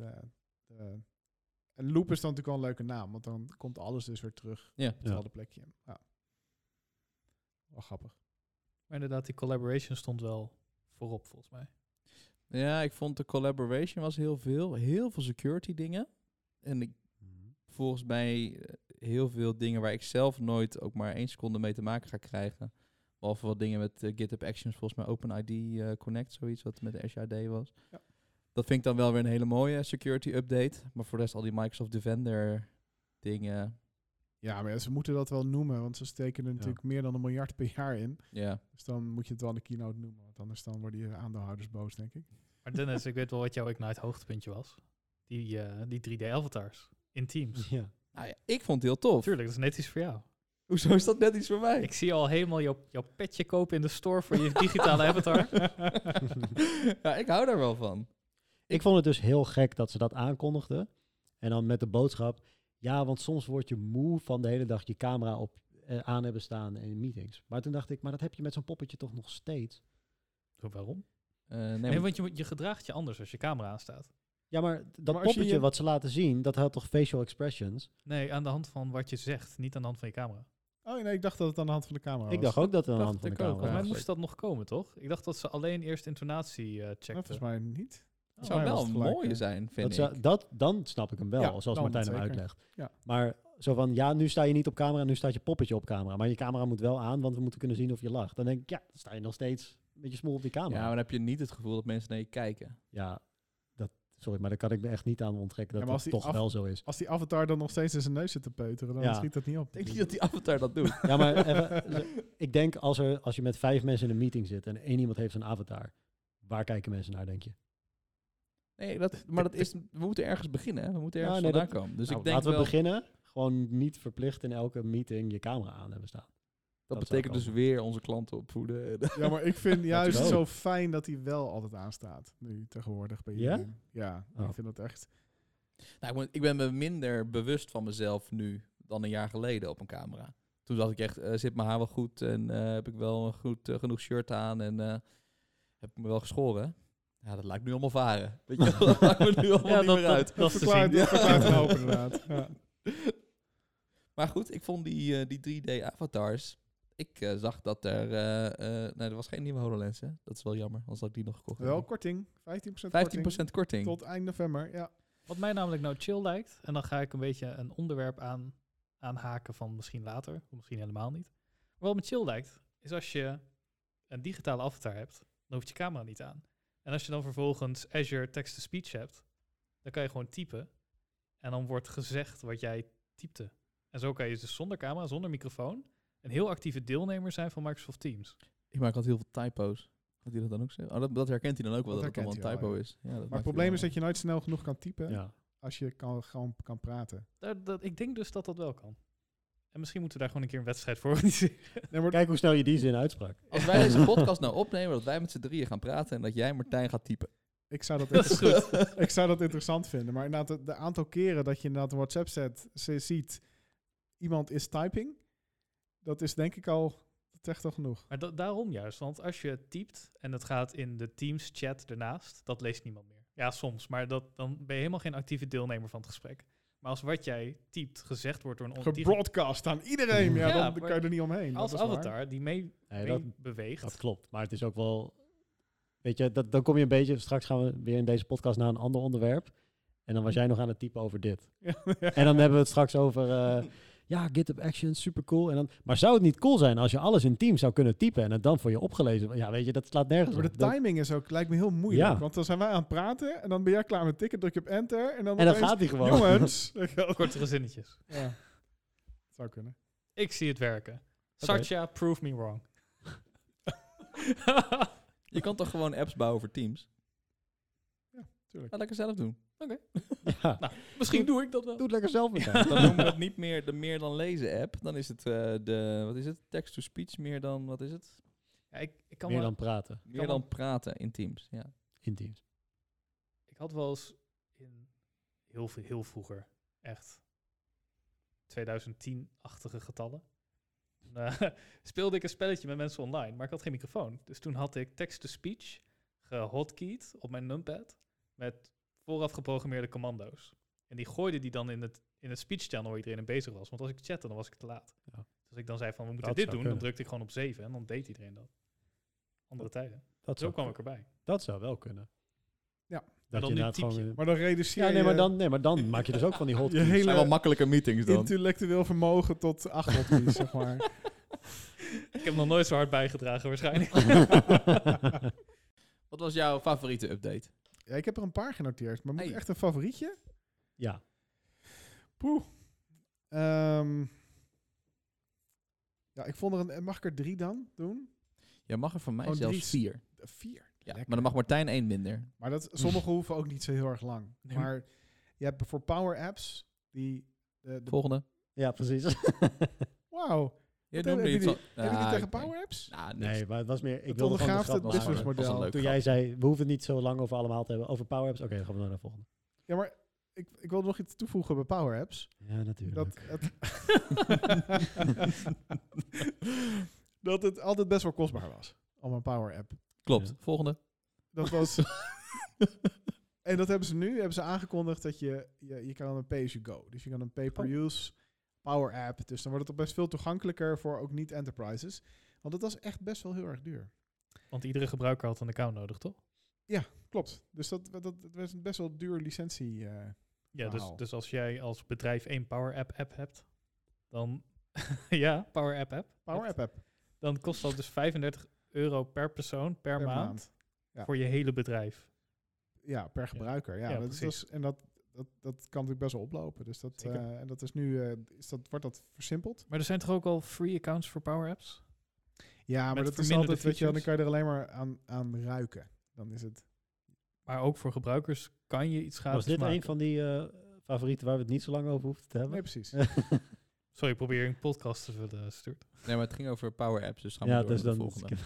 en Loop is dan natuurlijk wel een leuke naam, want dan komt alles dus weer terug Ja. op hetzelfde plekje. Ja. Wel grappig. Maar inderdaad, die collaboration stond wel voorop, volgens mij. Ja, ik vond de collaboration was heel veel security dingen. En volgens mij heel veel dingen waar ik zelf nooit ook maar 1 seconde mee te maken ga krijgen. Behalve wat dingen met GitHub Actions, volgens mij OpenID Connect, zoiets wat met de Azure AD was. Ja. Dat vind ik dan wel weer een hele mooie security update. Maar voor de rest al die Microsoft Defender dingen. Ja, maar ze moeten dat wel noemen, want ze steken er natuurlijk meer dan $1 miljard per jaar in. Ja. Dus dan moet je het wel in de keynote noemen, want anders dan worden je aandeelhouders boos, denk ik. Maar Dennis, ik weet wel wat jouw Ignite hoogtepuntje was. Die 3D-avatars in Teams. Ja. Nou ja, ik vond het heel tof. Tuurlijk, dat is net iets voor jou. Hoezo is dat net iets voor mij? Ik zie al helemaal jouw petje kopen in de store voor je digitale avatar. Ja, ik hou daar wel van. Ik vond het dus heel gek dat ze dat aankondigden. En dan met de boodschap... Ja, want soms word je moe van de hele dag je camera aan hebben staan in meetings. Maar toen dacht ik, maar dat heb je met zo'n poppetje toch nog steeds? Waarom? Nee, Nee, want je gedraagt je anders als je camera aanstaat. Ja, maar dat Maar als je poppetje je- wat ze laten zien, dat had toch facial expressions? Nee, aan de hand van wat je zegt, niet aan de hand van je camera. Oh nee, ik dacht dat het aan de hand van de camera Ik was. dacht ook dat het aan de dacht hand van de ik ook, camera Volgens mij was. moest dat nog komen, toch? Ik dacht dat ze alleen eerst intonatie Nou, checkten. volgens mij niet. Het zou mij was wel het gelijk, mooi zijn, vind Dat ik. dan snap ik hem wel, Ja, zoals dan Martijn hem zeker. uitlegt. Ja. Maar zo van, ja, nu sta je niet op camera, nu staat je poppetje op camera. Maar je camera moet wel aan, want we moeten kunnen zien of je lacht. Dan denk ik, ja, dan sta je nog steeds een beetje smoel op die camera. Ja, maar dan heb je niet het gevoel dat mensen naar je kijken. Ja, sorry, maar daar kan ik me echt niet aan onttrekken Ja, dat maar dat als die toch wel zo is. Als die avatar dan nog steeds in zijn neus zit te peuteren, dan Ja. schiet dat niet op. Ik denk niet dat die avatar dat doet. Ja, maar even, ik denk als je met 5 mensen in een meeting zit en 1 iemand heeft zijn avatar, waar kijken mensen naar, denk je? Nee, maar dat is, we moeten ergens beginnen. Hè? We moeten Ja, ergens nee, vandaan dat- komen. Dus Nou, ik denk laten we wel, beginnen. Gewoon niet verplicht in elke meeting je camera aan hebben staan. dat dat betekent zou dus komen. weer onze klanten opvoeden. Ja, maar ik vind juist wel. zo fijn dat hij wel altijd aanstaat. Nu tegenwoordig bij Ja? iedereen. Ja, Oh. ik vind dat echt... Nou, ik ben me minder bewust van mezelf nu dan een jaar geleden op een camera. Toen dacht ik echt, zit mijn haar wel goed en heb ik wel een goed genoeg shirt aan en heb ik me wel geschoren. Ja, dat lijkt nu allemaal varen. Weet je wel, dat maakt me nu allemaal niet meer uit. Dat is te verklaart, zien. dat verklaart een hoop inderdaad. Ja. Maar goed, ik vond die 3D-avatars. Ik zag dat er... nee, er was geen nieuwe HoloLens, hè? Dat is wel jammer, anders had ik die nog gekocht. Wel korting. 15% 15% korting. Tot eind november, ja. Wat mij namelijk nou chill lijkt, en dan ga ik een beetje een onderwerp aanhaken van misschien later, of misschien helemaal niet. Maar wat me chill lijkt, is als je een digitale avatar hebt, dan hoeft je camera niet aan. En als je dan vervolgens Azure Text-to-Speech hebt, dan kan je gewoon typen. En dan wordt gezegd wat jij typte. En zo kan je dus zonder camera, zonder microfoon, een heel actieve deelnemer zijn van Microsoft Teams. Ik maak altijd heel veel typo's. Gaat hij dat dan ook zeggen? Oh, dat herkent hij dan ook wel, Dat dat het allemaal een herkent typo hij is. Ja, dat Maar maakt het probleem hij is dat je nooit snel genoeg kan typen Ja. als je gewoon kan praten. Ik denk dus dat dat wel kan. En misschien moeten we daar gewoon een keer een wedstrijd voor organiseren. Nee, maar Kijk hoe snel je die zin uitsprak. Als wij deze podcast nou opnemen, dat wij met z'n drieën gaan praten en dat jij Martijn gaat typen. ik zou dat, Dat is goed. ik zou dat interessant vinden. Maar inderdaad, de aantal keren dat je inderdaad een WhatsApp ziet, iemand is typing, dat is denk ik al, dat is echt al genoeg. Maar daarom juist, want als je typt en het gaat in de Teams chat ernaast, dat leest niemand meer. Ja, soms, maar dan ben je helemaal geen actieve deelnemer van het gesprek. Maar als wat jij typt gezegd wordt door een Gebroadcast aan iedereen, ja, Ja, dan maar kan je er niet omheen. als dat is waar. avatar die mee Nee, dat beweegt. klopt. Maar het is ook wel... Weet je, dan kom je een beetje... Straks gaan we weer in deze podcast naar een ander onderwerp. En dan was jij nog aan het typen over dit. Ja. En dan hebben we het straks over... ja, GitHub Actions, super cool. En dan, maar zou het niet cool zijn als je alles in Teams zou kunnen typen... en het dan voor je opgelezen... Ja, weet je, dat slaat nergens Maar op. de Dat- timing is ook, lijkt me heel moeilijk. Ja. Want dan zijn wij aan het praten en dan ben jij klaar met tikken, druk je op enter. En dan, En dan opeens, gaat hij gewoon. Jongens! Weet je wel. Kortere zinnetjes. Ja. Zou kunnen. Ik zie het werken. Oké. Satya, prove me wrong. Je kan toch gewoon apps bouwen voor Teams? Tuurlijk. Ga lekker zelf doen. Ja. Nou, misschien doe ik dat wel. Doe het lekker zelf met Dan noemen we het niet meer de meer dan lezen app. Dan is het wat is het? Text-to-speech meer dan, wat is het? Ja, ik kan Meer wel- dan praten Meer dan praten in Teams, ja. in Teams. Ik had wel eens in heel vroeger, echt 2010-achtige getallen. Toen, speelde ik een spelletje met mensen online, maar ik had geen microfoon. Dus toen had ik text-to-speech gehotkeyed op mijn numpad met vooraf geprogrammeerde commando's. En die gooide die dan in het speech channel waar iedereen in bezig was. Want als ik chatte, dan was ik te laat. Ja. Dus als ik dan zei van we moeten Dat dit zou doen, dan kunnen. drukte ik gewoon op 7 en dan deed iedereen dat. Andere tijden. Dat Zo zou, kwam ik erbij. dat zou wel kunnen. Ja. Dat dan je nu inderdaad typ je. gewoon... Maar dan reduceer Ja, je maar dan maak je dus ook van die hotkeys. je hele Zijn wel makkelijke meetings dan. intellectueel vermogen tot 8 hotkeys, zeg maar. Ik heb nog nooit zo hard bijgedragen waarschijnlijk. Wat was jouw favoriete update? Ja, ik heb er een paar genoteerd, maar moet Hey. echt een favorietje? Ja. Poeh. Ja, ik vond er mag ik er 3 dan doen? Je mag er van mij Oh, zelfs 3. 4. 4. Ja, Lekker. maar dan mag Martijn 1 minder. Maar sommige hoeven ook niet zo heel erg lang. Nee. Maar je hebt voor power apps die... de Volgende. Ja, precies. Wauw. Je Wat noemde heb iets je van... Heb je niet tegen ik denk- power apps? Nou, niks. Nee, maar het was meer... Ik Het wilde gewoon de ondergraaft grap het maken. businessmodel. Dat was een leuk Toen grap. jij zei, we hoeven het niet zo lang over allemaal te hebben. Over power apps. Oké, dan gaan we naar de volgende. Ja, maar ik wilde nog iets toevoegen bij power apps. Ja, natuurlijk. Dat dat het altijd best wel kostbaar was om een power app. Klopt. Ja. Volgende. Dat was... En dat hebben ze aangekondigd dat je kan een pay-as-you-go. Dus je kan een pay-per-use power app. Dus dan wordt het best veel toegankelijker voor ook niet-enterprises. Want het was echt best wel heel erg duur. Want iedere gebruiker had een account nodig, toch? Klopt. Dus dat was een best wel duur licentie. Ja, Verhaal. dus als jij als bedrijf één Power App hebt, dan... ja, Power App. Power app. Dan kost dat dus €35 per persoon per maand Ja. voor je hele bedrijf. Ja, per gebruiker. Ja, Ja, dat precies. kan natuurlijk best wel oplopen. Dus dat, Zeker. en dat is nu, wordt dat versimpeld? Maar er zijn toch ook al free accounts voor Power Apps? Ja, maar Met dat is verminderde altijd, weet je wel, dan features? kan je er alleen maar aan ruiken. Dan is het... Maar ook voor gebruikers kan je iets gratis Was dit maken. een van die favorieten waar we het niet zo lang over hoefden te hebben? Nee, precies. Sorry, ik probeer een podcast te vullen, Stuart. Nee, maar het ging over power apps, dus gaan we Ja, door dus naar de dan... volgende.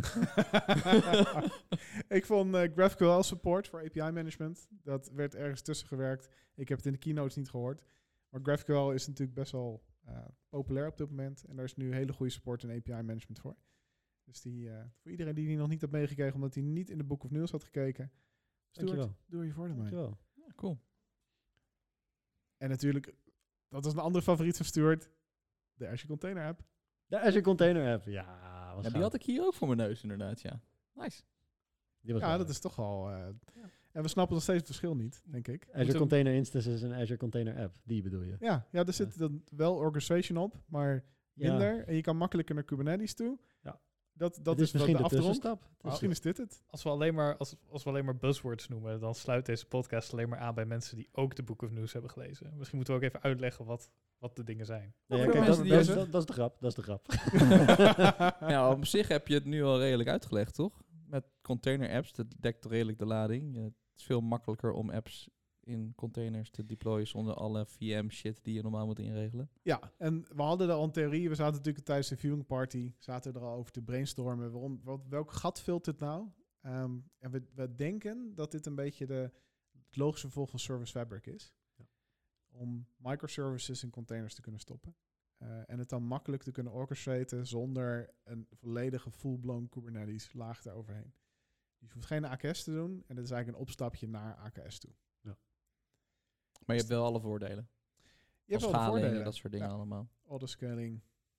Ik vond GraphQL support voor API management. Dat werd ergens tussen gewerkt. Ik heb het in de keynotes niet gehoord. Maar GraphQL is natuurlijk best wel populair op dit moment. En daar is nu hele goede support en API management voor. Dus voor iedereen die nog niet had meegekregen omdat hij niet in de Book of News had gekeken. Stuart, Dankjewel. doe er je voordeel mee. Dankjewel. Ja, cool. En natuurlijk, dat is een andere favoriet van Stuart. De Azure Container App. De Azure Container App. Ja, was Ja, die gaaf. had ik hier ook voor mijn neus inderdaad, ja. Nice. Die was Ja, wel dat leuk. is toch al... En we snappen nog steeds het verschil niet, denk ik. Azure Moeten- Container Instances en Azure Container App. Die bedoel je. Ja, er zit dan wel orchestration op, maar Ja. minder. En je kan makkelijker naar Kubernetes toe. Ja. Dat Het is misschien de de afdronk. tussenstap. Het is Misschien is dit het. Als we alleen maar buzzwords noemen, dan sluit deze podcast alleen maar aan bij mensen die ook de Book of News hebben gelezen. Misschien moeten we ook even uitleggen wat de dingen zijn. Nee, ja, Voor de kijk, mensen dat, die dat, dat is de grap. Dat is de grap. Ja, op zich heb je het nu al redelijk uitgelegd, toch? Met container apps, dat dekt toch redelijk de lading. Het is veel makkelijker om apps in containers te deployen zonder alle VM shit die je normaal moet inregelen. Ja, en we hadden er al een theorie. We zaten natuurlijk tijdens de viewing party, zaten we er al over te brainstormen. Welk gat vult dit nou? En we denken dat dit een beetje het logische vervolg van Service Fabric is. Ja. Om microservices in containers te kunnen stoppen. En het dan makkelijk te kunnen orchestraten zonder een volledige full-blown Kubernetes laag daaroverheen. Dus je hoeft geen AKS te doen en dat is eigenlijk een opstapje naar AKS toe. Maar je hebt wel alle voordelen. Je hebt wel Als de schaling en voordelen. dat soort dingen Ja. allemaal. Autoscaling.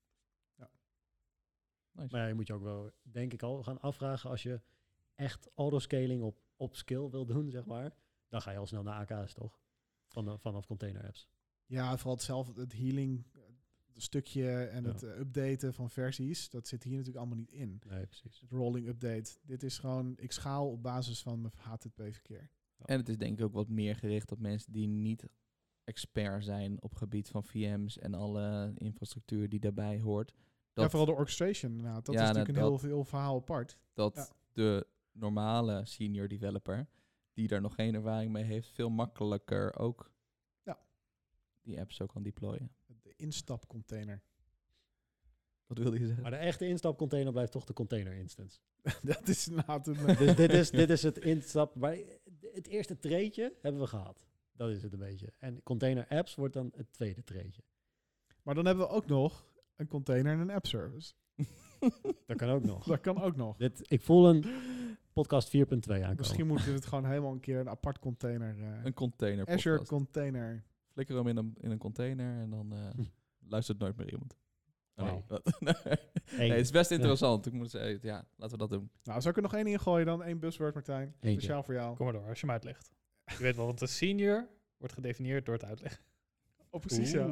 Nice. Maar ja, je moet je ook wel, denk ik al, gaan afvragen als je echt autoscaling op skill wil doen, zeg maar. Dan ga je al snel naar AKS, toch? Vanaf container apps. Ja, vooral het healing stukje en Ja. het updaten van versies. Dat zit hier natuurlijk allemaal niet in. Nee, precies. Het rolling update. Dit is gewoon, ik schaal op basis van mijn HTTP verkeer. En het is denk ik ook wat meer gericht op mensen die niet expert zijn op gebied van VM's en alle infrastructuur die daarbij hoort. Ja, vooral de orchestration inderdaad. Dat is natuurlijk een heel veel verhaal apart. Dat de normale senior developer, die daar nog geen ervaring mee heeft, veel makkelijker ook die app zo kan deployen. De instapcontainer. Wat wilde je zeggen? Maar de echte instapcontainer blijft toch de container instance. Dat is inderdaad Dus dit is het instap. Maar het eerste treetje hebben we gehad. Dat is het een beetje. En container apps wordt dan het tweede treetje. Maar dan hebben we ook nog een container en een app service. Dat kan ook nog. Dat kan ook nog. Ik voel een podcast 4.2 aankomen. Misschien moeten we het gewoon helemaal een keer een apart container... Een container Azure podcast. Container. Flikker hem in een container en dan luistert nooit meer iemand. Wauw. Nee, Hey. het is best interessant. Ik moet zeggen, ja, laten we dat doen. Nou, zou ik er nog één in gooien dan? 1 buzzword, Martijn. Eentje. Speciaal voor jou. Kom maar door, als je hem uitlegt. Je weet wel, want de senior wordt gedefinieerd door het uitleggen. Oh, precies ja.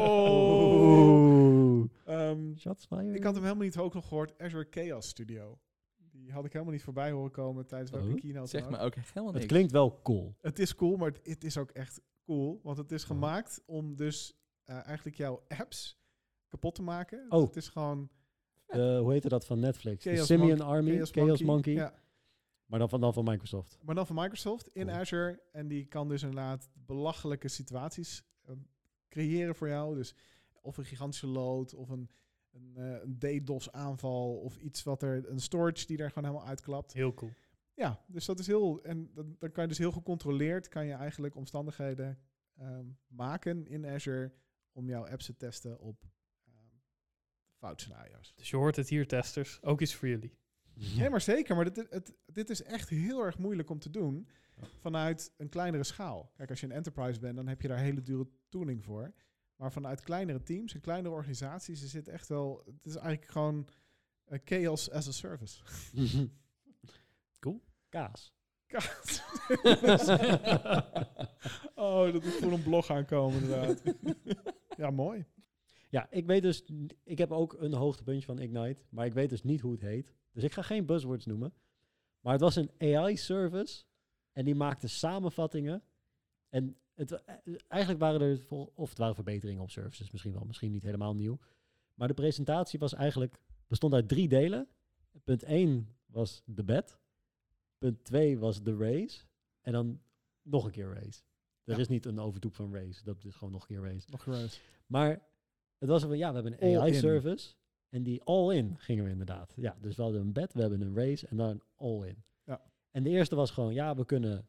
Oeh. Shots fired. Ik had hem helemaal niet ook nog gehoord. Azure Chaos Studio. Die had ik helemaal niet voorbij horen komen tijdens welke keynote. Zeg dan maar ook. ook helemaal Het niks. klinkt wel cool. Het is cool, maar het is ook echt cool. Want het is gemaakt om dus eigenlijk jouw apps kapot te maken. Oh. Het is gewoon Hoe heette dat van Netflix? De Chaos Simian Monkey. Army, Chaos Monkey. Ja, Maar dan van Microsoft. maar dan van Microsoft in Cool. Azure. En die kan dus inderdaad belachelijke situaties creëren voor jou. Dus of een gigantische load, of een DDoS aanval, of iets wat een storage die er gewoon helemaal uitklapt. Heel cool. Ja, dus dat is heel... En dan kan je dus heel gecontroleerd... kan je eigenlijk omstandigheden maken in Azure... om jouw apps te testen op foutscenario's. Dus je hoort het hier, testers. Ook iets voor jullie. Nee, maar zeker. Maar dit is echt heel erg moeilijk om te doen... vanuit een kleinere schaal. Kijk, als je een enterprise bent... dan heb je daar hele dure tooling voor. Maar vanuit kleinere teams en kleinere organisaties... is het echt wel... Het is eigenlijk gewoon... chaos as a service. Cool. Kaas. Oh, dat moet voor een blog aankomen inderdaad. Ja, mooi. Ja, ik weet dus... Ik heb ook een hoogtepuntje van Ignite. Maar ik weet dus niet hoe het heet. Dus ik ga geen buzzwords noemen. Maar het was een AI-service. En die maakte samenvattingen. En eigenlijk waren er... het waren verbeteringen op services misschien wel. Misschien niet helemaal nieuw. Maar de presentatie bestond uit 3 delen. Punt 1 was de bed. Punt 2 was de race. En dan nog een keer race. Er is niet een overtoep van race. Dat is gewoon nog een keer race. Nog geweest. Maar het was van, we hebben een AI-service. En die all-in gingen we inderdaad. Ja, dus we hadden een bed, we hebben een race en dan een all-in. Ja. En de eerste was gewoon, we kunnen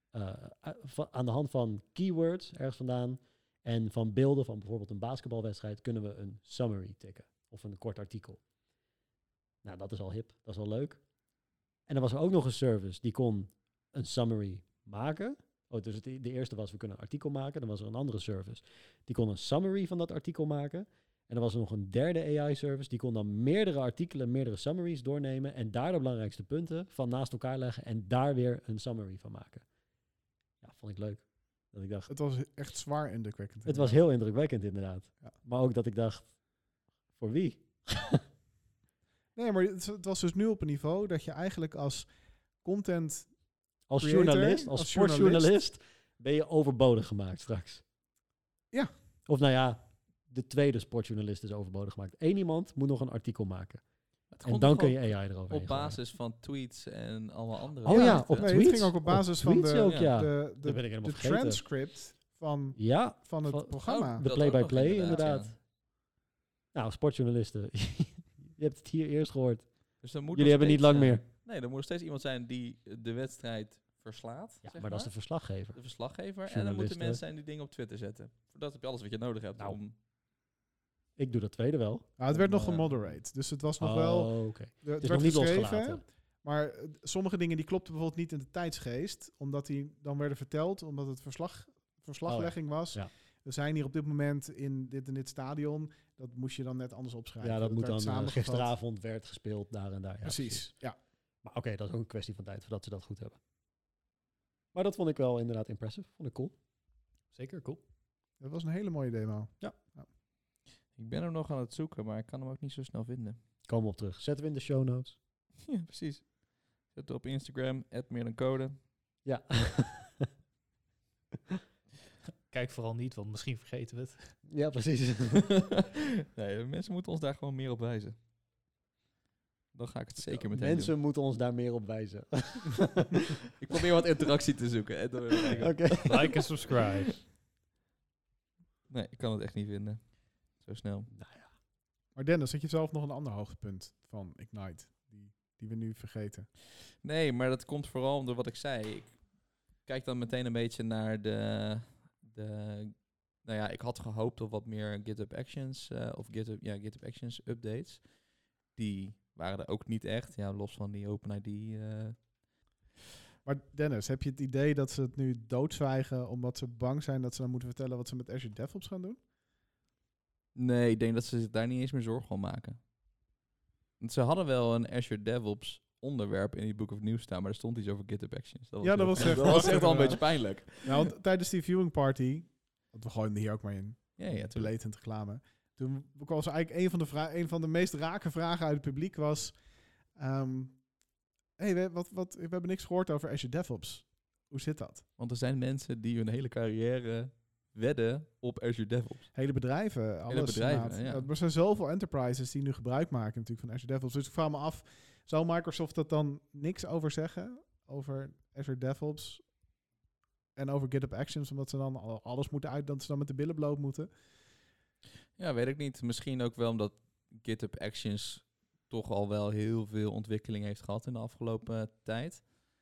aan de hand van keywords ergens vandaan en van beelden van bijvoorbeeld een basketbalwedstrijd kunnen we een summary tikken. Of een kort artikel. Nou, dat is al hip. Dat is al leuk. En dan was er ook nog een service die kon een summary maken. Dus de eerste was, we kunnen een artikel maken. Dan was er een andere service. Die kon een summary van dat artikel maken. En dan was er nog een derde AI-service. Die kon dan meerdere artikelen, meerdere summaries doornemen. En daar de belangrijkste punten van naast elkaar leggen. En daar weer een summary van maken. Ja, vond ik leuk. Dat ik dacht, Het was echt zwaar indrukwekkend. het was heel indrukwekkend inderdaad. Ja. Maar ook dat ik dacht, voor wie? Nee, maar het was dus nu op een niveau dat je eigenlijk als content... Als creator, journalist, als sportjournalist, ben je overbodig gemaakt straks. Ja. Of nou ja, de tweede sportjournalist is overbodig gemaakt. 1 iemand moet nog een artikel maken. Het En komt dan toch kun je ook AI erover op basis van tweets en allemaal andere. Oh ja, op nee, tweets. het ging ook op basis van tweets de, ook, ja. de Dat ben ik helemaal de vergeten. transcript van het van- programma. Oh, De dat ook play-by-play nog inderdaad. ja. Nou, sportjournalisten. Je hebt het hier eerst gehoord. Dus dan moet Jullie nog hebben niet steeds, lang meer. Nee, er moet nog steeds iemand zijn die de wedstrijd verslaat. Ja, zeg maar dat is de verslaggever. de verslaggever. En dan Journalisten. moeten mensen zijn die dingen op Twitter zetten. Voor dat heb je alles wat je nodig hebt Nou, om... Ik doe dat tweede wel. Nou, het werd nog Om, gemoderate. Dus het was nog wel... Oké. Het Het is werd nog niet geschreven, losgelaten. maar sommige dingen die klopten bijvoorbeeld niet in de tijdsgeest. Omdat die dan werden verteld, omdat het verslaglegging was. Ja. We zijn hier op dit moment in dit stadion. Dat moest je dan net anders opschrijven. Ja, dat moet werd dan samengevat. gisteravond werd gespeeld daar en daar. Ja, Precies, ja. Maar oké, dat is ook een kwestie van tijd voordat ze dat goed hebben. Maar dat vond ik wel inderdaad impressive. Vond ik cool. Zeker, cool. Dat was een hele mooie demo. Ik ben hem nog aan het zoeken, maar ik kan hem ook niet zo snel vinden. Komen we op terug. Zetten we in de show notes. Ja, precies. Zet op Instagram, @meerdancode. Ja. Kijk vooral niet, want misschien vergeten we het. Ja, precies. Nee, mensen moeten ons daar gewoon meer op wijzen. Dan ga ik het zeker meteen Mensen moeten ons daar meer op wijzen. doen. Ik probeer wat interactie te zoeken. En dan wil ik kijken. Oké. Like en subscribe. Nee, ik kan het echt niet vinden. Zo snel. Maar Dennis, had je zelf nog een ander hoogtepunt van Ignite? Die we nu vergeten. Nee, maar dat komt vooral door wat ik zei. Ik kijk dan meteen een beetje naar de nou ja, ik had gehoopt op wat meer GitHub Actions GitHub Actions updates. Die waren er ook niet echt. Ja, los van die OpenID. Maar Dennis, heb je het idee dat ze het nu doodzwijgen omdat ze bang zijn dat ze dan moeten vertellen wat ze met Azure DevOps gaan doen? Nee, ik denk dat ze zich daar niet eens meer zorgen om maken. Want ze hadden wel een Azure DevOps onderwerp in die Book of News staan, maar er stond iets over GitHub Actions. Dat Ja, dat was echt- dat was echt wel een beetje pijnlijk. Ja, want tijdens die viewing party, want we gooien er hier ook maar in, Ja, tuurlijk. beleid reclame. Toen was eigenlijk een van de meest rake vragen uit het publiek was... hey, we hebben niks gehoord over Azure DevOps. Hoe zit dat? Want er zijn mensen die hun hele carrière wedden op Azure DevOps. Hele bedrijven, alles. bedrijven, inderdaad. ja. Er zijn zoveel enterprises die nu gebruik maken natuurlijk van Azure DevOps. Dus ik vraag me af, zou Microsoft er dan niks over zeggen? Over Azure DevOps en over GitHub Actions, omdat ze dan alles moeten uit, dat ze dan met de billen bloot moeten? Ja, weet ik niet. Misschien ook wel omdat GitHub Actions toch al wel heel veel ontwikkeling heeft gehad in de afgelopen tijd.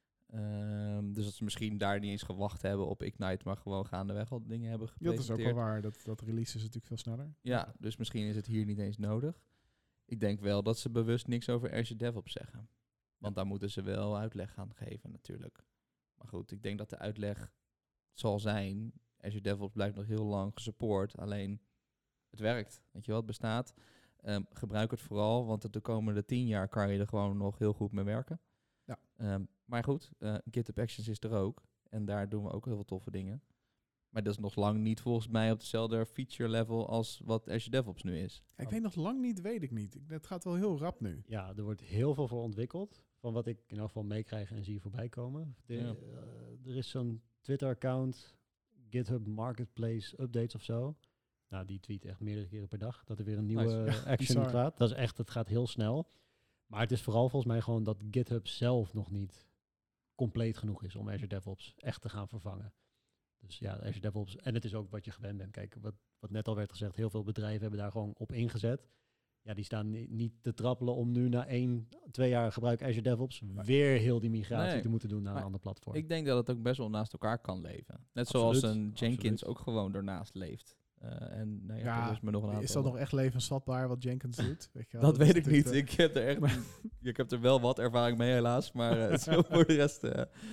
Dus dat ze misschien daar niet eens gewacht hebben op Ignite, maar gewoon gaandeweg al dingen hebben Ja, dat is gepresenteerd. ook wel waar. Dat release is natuurlijk veel sneller. Ja, dus misschien is het hier niet eens nodig. Ik denk wel dat ze bewust niks over Azure DevOps zeggen. Want daar moeten ze wel uitleg gaan geven natuurlijk. Maar goed, ik denk dat de uitleg zal zijn... Azure DevOps blijft nog heel lang gesupport. Alleen, het werkt. Weet je wel, het bestaat. Gebruik het vooral, want de komende 10 jaar kan je er gewoon nog heel goed mee werken. Ja. Maar goed, GitHub Actions is er ook. En daar doen we ook heel veel toffe dingen. Maar dat is nog lang niet volgens mij op dezelfde feature level als wat Azure DevOps nu is. Ja, ik weet nog lang niet, weet ik niet. Het gaat wel heel rap nu. Ja, er wordt heel veel voor ontwikkeld. Van wat ik in elk geval meekrijg en zie voorbij komen. Ja. Er is zo'n Twitter-account, GitHub Marketplace Updates of zo. Nou, die tweet echt meerdere keren per dag. Dat er weer een nieuwe Nice. Ja, action bizar. gaat. Dat is echt, het gaat heel snel. Maar het is vooral volgens mij gewoon dat GitHub zelf nog niet compleet genoeg is om Azure DevOps echt te gaan vervangen. Dus ja, Azure DevOps. En het is ook wat je gewend bent. Kijk, wat net al werd gezegd, heel veel bedrijven hebben daar gewoon op ingezet. Ja, die staan niet te trappelen om nu na 1-2 jaar gebruik Azure DevOps weer heel die migratie Nee. te moeten doen naar Maar een ander platform. Ik denk dat het ook best wel naast elkaar kan leven. Net Absoluut, zoals een Jenkins absoluut. ook gewoon ernaast leeft. En nou ja, Ja, er is me nog een aantal. Is dat nog echt levensvatbaar wat Jenkins doet? Weet je wel? Dat weet is ik niet. natuurlijk, Ik heb er echt, ik heb er wel wat ervaring mee helaas, maar zo voor de rest.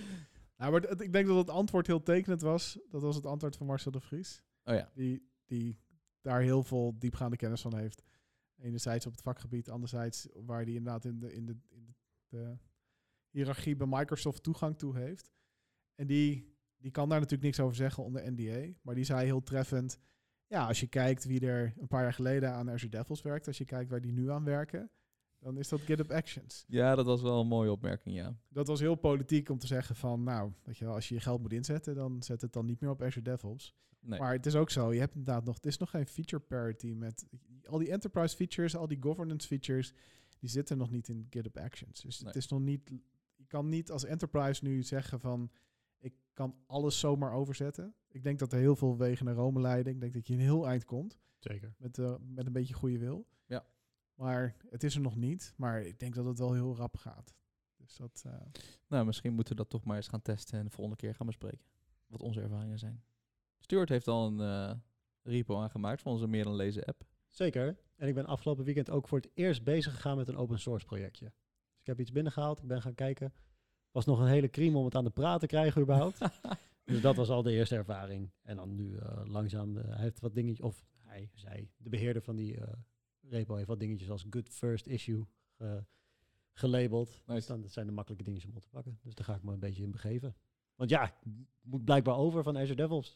Nou, maar ik denk dat het antwoord heel tekenend was. Dat was het antwoord van Marcel de Vries. Oh ja. Die daar heel veel diepgaande kennis van heeft. Enerzijds op het vakgebied, anderzijds waar hij inderdaad in de hiërarchie bij Microsoft toegang toe heeft. En die kan daar natuurlijk niks over zeggen onder NDA. Maar die zei heel treffend, ja, als je kijkt wie er een paar jaar geleden aan Azure DevOps werkt, als je kijkt waar die nu aan werken, dan is dat GitHub Actions. Ja, dat was wel een mooie opmerking, ja. Dat was heel politiek om te zeggen van, nou, weet je wel, als je je geld moet inzetten, dan zet het dan niet meer op Azure DevOps. Nee. Maar het is ook zo, je hebt inderdaad nog, het is nog geen feature parity met al die enterprise features, al die governance features, die zitten nog niet in GitHub Actions. Dus Nee. het is nog niet, je kan niet als enterprise nu zeggen van, ik kan alles zomaar overzetten. Ik denk dat er heel veel wegen naar Rome leiden. Ik denk dat je een heel eind komt Zeker. met een beetje goede wil. Ja. Maar het is er nog niet, maar ik denk dat het wel heel rap gaat. Dus dat... Nou, misschien moeten we dat toch maar eens gaan testen en de volgende keer gaan bespreken. Wat onze ervaringen zijn. Stuart heeft al een repo aangemaakt voor onze Meer dan Lezen app. Zeker. En ik ben afgelopen weekend ook voor het eerst bezig gegaan met een open source projectje. Dus ik heb iets binnengehaald, ik ben gaan kijken. Was nog een hele crime om het aan de praat te krijgen überhaupt. Dus dat was al de eerste ervaring. En dan nu langzaam, hij heeft wat dingetjes, of zij, de beheerder van die repo heeft wat dingetjes als good first issue gelabeld. Nice. Dus dan, dat zijn de makkelijke dingetjes om op te pakken. Dus daar ga ik me een beetje in begeven. Want ja, ik moet blijkbaar over van Azure DevOps.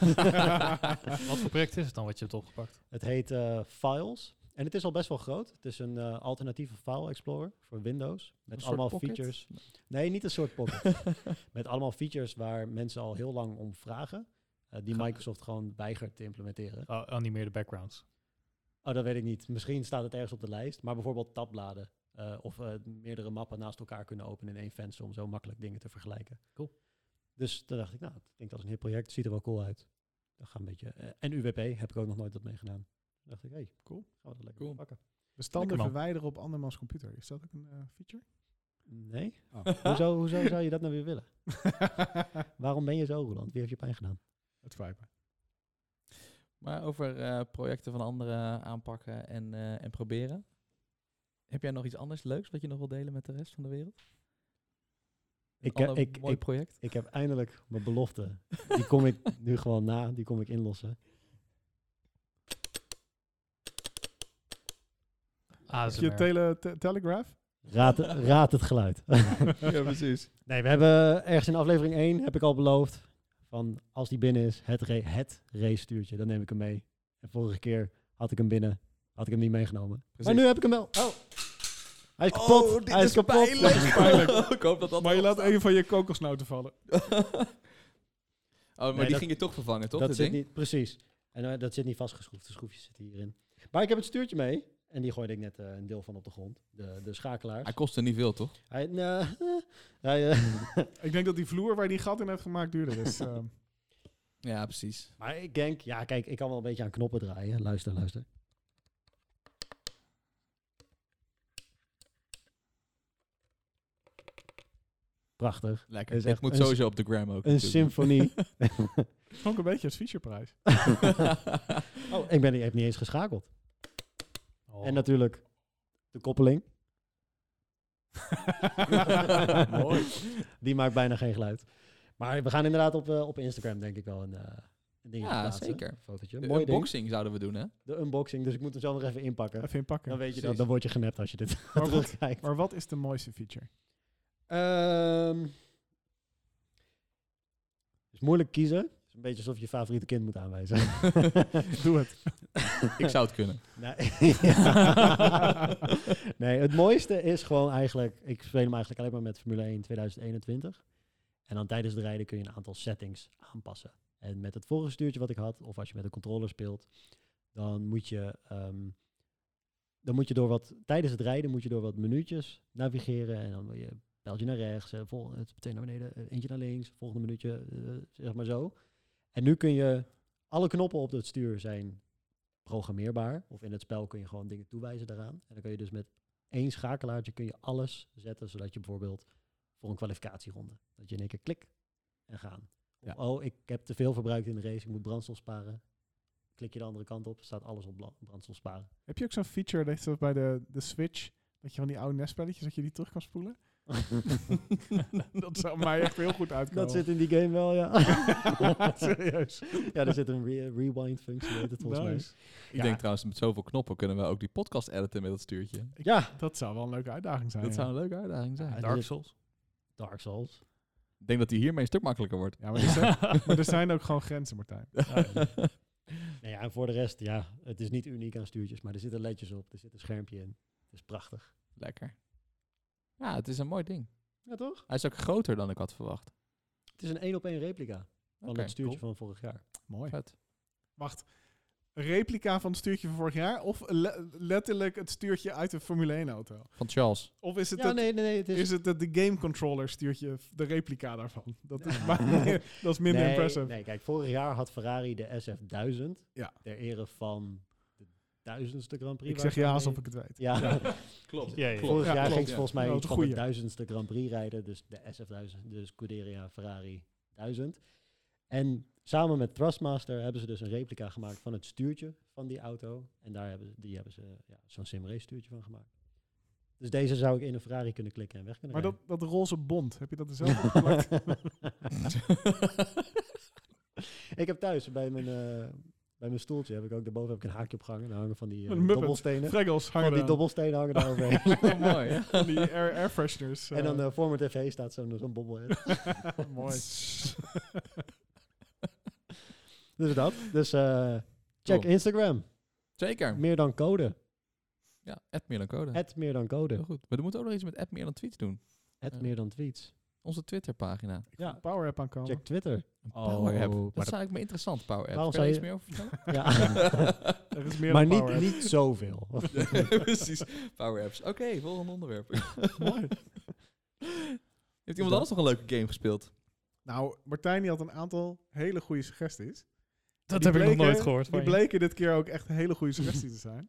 Wat voor project is het dan wat je hebt opgepakt? Het heet Files. En het is al best wel groot. Het is een alternatieve file explorer voor Windows. Met Een allemaal soort Pocket? features. Nee, niet een soort pocket. Met allemaal features waar mensen al heel lang om vragen. Die Microsoft gewoon weigert te implementeren. Animeerde backgrounds. Oh, dat weet ik niet. Misschien staat het ergens op de lijst. Maar bijvoorbeeld tabbladen. Of meerdere mappen naast elkaar kunnen openen in één venster om zo makkelijk dingen te vergelijken. Cool. Dus toen dacht ik, nou, ik denk dat is een hip project. Ziet er wel cool uit. Dat gaat een beetje. En UWP heb ik ook nog nooit wat meegedaan. Toen dacht ik, hey, Cool. gaan we dat lekker pakken. Bestanden Lekker, man. verwijderen op andermans computer. Is dat ook een feature? Nee? Hoezo zou je dat nou weer willen? Waarom ben je zo, Roland? Wie heeft je pijn gedaan? Het spijt me. Maar over projecten van anderen aanpakken en proberen. Heb jij nog iets anders leuks wat je nog wil delen met de rest van de wereld? Mooi project? Ik heb eindelijk mijn belofte. Die kom ik nu gewoon na. Die kom ik inlossen. ASMR. Je Telegraph? Raad het geluid. Ja, precies. Nee, we hebben ergens in aflevering 1, heb ik al beloofd, van als die binnen is, het race stuurtje, dan neem ik hem mee. En vorige keer had ik hem binnen, had ik hem niet meegenomen. Precies. Maar nu heb ik hem wel. Oh. Hij is kapot. Hij is kapot. Dat is pijnlijk. Ik hoop dat Maar je laat een van je kokosnoten vallen. Maar Nee, die ging je toch vervangen, toch? Dat dit zit ding? niet, precies. En dat zit niet vastgeschroefd. De schroefjes zitten hierin. Maar ik heb het stuurtje mee. En die gooide ik net een deel van op de grond. De schakelaars. Hij kostte niet veel, toch? Ik denk dat die vloer waar die gat in heeft gemaakt duurder is. Ja, precies. Maar ik denk, ja kijk, ik kan wel een beetje aan knoppen draaien. Luister. Prachtig. Lekker. Is Het echt moet een sowieso op de gram ook. Een natuurlijk. symfonie. Ook een beetje als Fischerprijs. Oh, ik heb niet eens geschakeld. Oh. En natuurlijk de koppeling. Mooi. Die maakt bijna geen geluid. Maar we gaan inderdaad op Instagram denk ik wel een dingetje Ja, plaatsen. zeker. Een fotootje. De Mooi ding. unboxing zouden we doen, hè? De unboxing. Dus ik moet hem zo nog even inpakken. Even inpakken. Dan weet je dat. Precies. Dan word je genept als je dit Maar wat- terugkijkt. Maar wat is de mooiste feature? Het is moeilijk kiezen. Het is een beetje alsof je je favoriete kind moet aanwijzen. Doe het. Ik zou het kunnen. Nee. Nee, het mooiste is gewoon eigenlijk... Ik speel hem eigenlijk alleen maar met Formule 1 2021. En dan tijdens het rijden kun je een aantal settings aanpassen. En met het vorige stuurtje wat ik had, of als je met een controller speelt, dan moet je... tijdens het rijden moet je door wat minuutjes navigeren. En dan wil je pijltje naar rechts, het meteen naar beneden, eentje naar links, volgende minuutje, zeg maar zo. En nu kun je... Alle knoppen op het stuur zijn programmeerbaar. Of in het spel kun je gewoon dingen toewijzen daaraan. En dan kun je dus met één schakelaartje kun je alles zetten, zodat je bijvoorbeeld voor een kwalificatieronde, dat je in één keer klik en gaan. Ja. Of, oh, ik heb te veel verbruikt in de race, ik moet brandstof sparen. Klik je de andere kant op, staat alles op brandstof sparen. Heb je ook zo'n feature dat je bij de Switch, dat je van die oude NES-spelletjes, dat je die terug kan spoelen? Dat zou mij echt heel goed uitkomen. Dat zit in die game wel, ja. Serieus. Ja, er zit een rewind functie, heet het volgens Nice. Ik denk trouwens, met zoveel knoppen kunnen we ook die podcast editen met dat stuurtje. mij. Ja, Dat zou wel een leuke uitdaging zijn. Dat ja. zou een leuke uitdaging zijn. Ja, Dark Souls. Dark Souls. Ik denk dat die hiermee een stuk makkelijker wordt. Ja, maar er zijn ook gewoon grenzen, Martijn. Nou ja, en voor de rest, ja, het is niet uniek aan stuurtjes, maar er zitten ledjes op, er zit een schermpje in. Het is prachtig. Lekker. Ja, het is een mooi ding. Ja, toch? Hij is ook groter dan ik had verwacht. Het is een 1-op-1 replica van Oké, het stuurtje cool. van vorig jaar. Mooi. Vet. Wacht. Een replica van het stuurtje van vorig jaar? Of letterlijk het stuurtje uit de Formule 1-auto? Van Charles. Of is het, Ja, nee, het is het de game controller stuurtje, de replica daarvan? Dat is, dat is minder impressive. Nee, kijk, vorig jaar had Ferrari de SF1000 Ja. ter ere van de 1000ste Grand Prix. Ik zeg ja alsof ik het weet. Ja, Klopt. Ja. vorig Ja, jaar klopt, ging ze ja. volgens mij Ja, iets dat van is de een goeie. 1000ste Grand Prix rijden, dus de SF1000, de Scuderia Ferrari 1000. En samen met Thrustmaster hebben ze dus een replica gemaakt van het stuurtje van die auto. En daar hebben ze zo'n simrace stuurtje van gemaakt. Dus deze zou ik in een Ferrari kunnen klikken en weg kunnen Maar rijden. dat roze bond, heb je dat er zelf opgeplakt? Ik heb thuis bij mijn stoeltje heb ik ook daarboven heb ik een haakje opgehangen. Daar hangen van die Een Muppet. dobbelstenen. Fraggles Van hangen die eraan. dobbelstenen hangen daar overheen. Oh, mooi, hè? Van die air fresheners. En dan voor mijn tv staat zo'n bobblehead. Mooi. Dus dat. Dus check Cool. Instagram. Zeker. Meer dan code. Ja, @meer dan code. @meer dan code. Heel goed. Maar we moeten ook nog iets met @meer dan tweets doen. @meer dan tweets. Onze Twitterpagina. Ja, Power App aankomen. check Twitter. Power App. maar Dat dat- is eigenlijk me interessant, Power App. Waarom Kan je zou er je- iets meer over vertellen? Ja. Er is meer maar dan Power App. niet zoveel. Precies. Power Apps. Oké, volgende onderwerp. Mooi. Heeft iemand anders nog een leuke game gespeeld? Nou, Martijn die had een aantal hele goede suggesties. Dat Die heb ik nog bleken- nooit gehoord Die van je. bleken dit keer ook echt hele goede suggesties te zijn.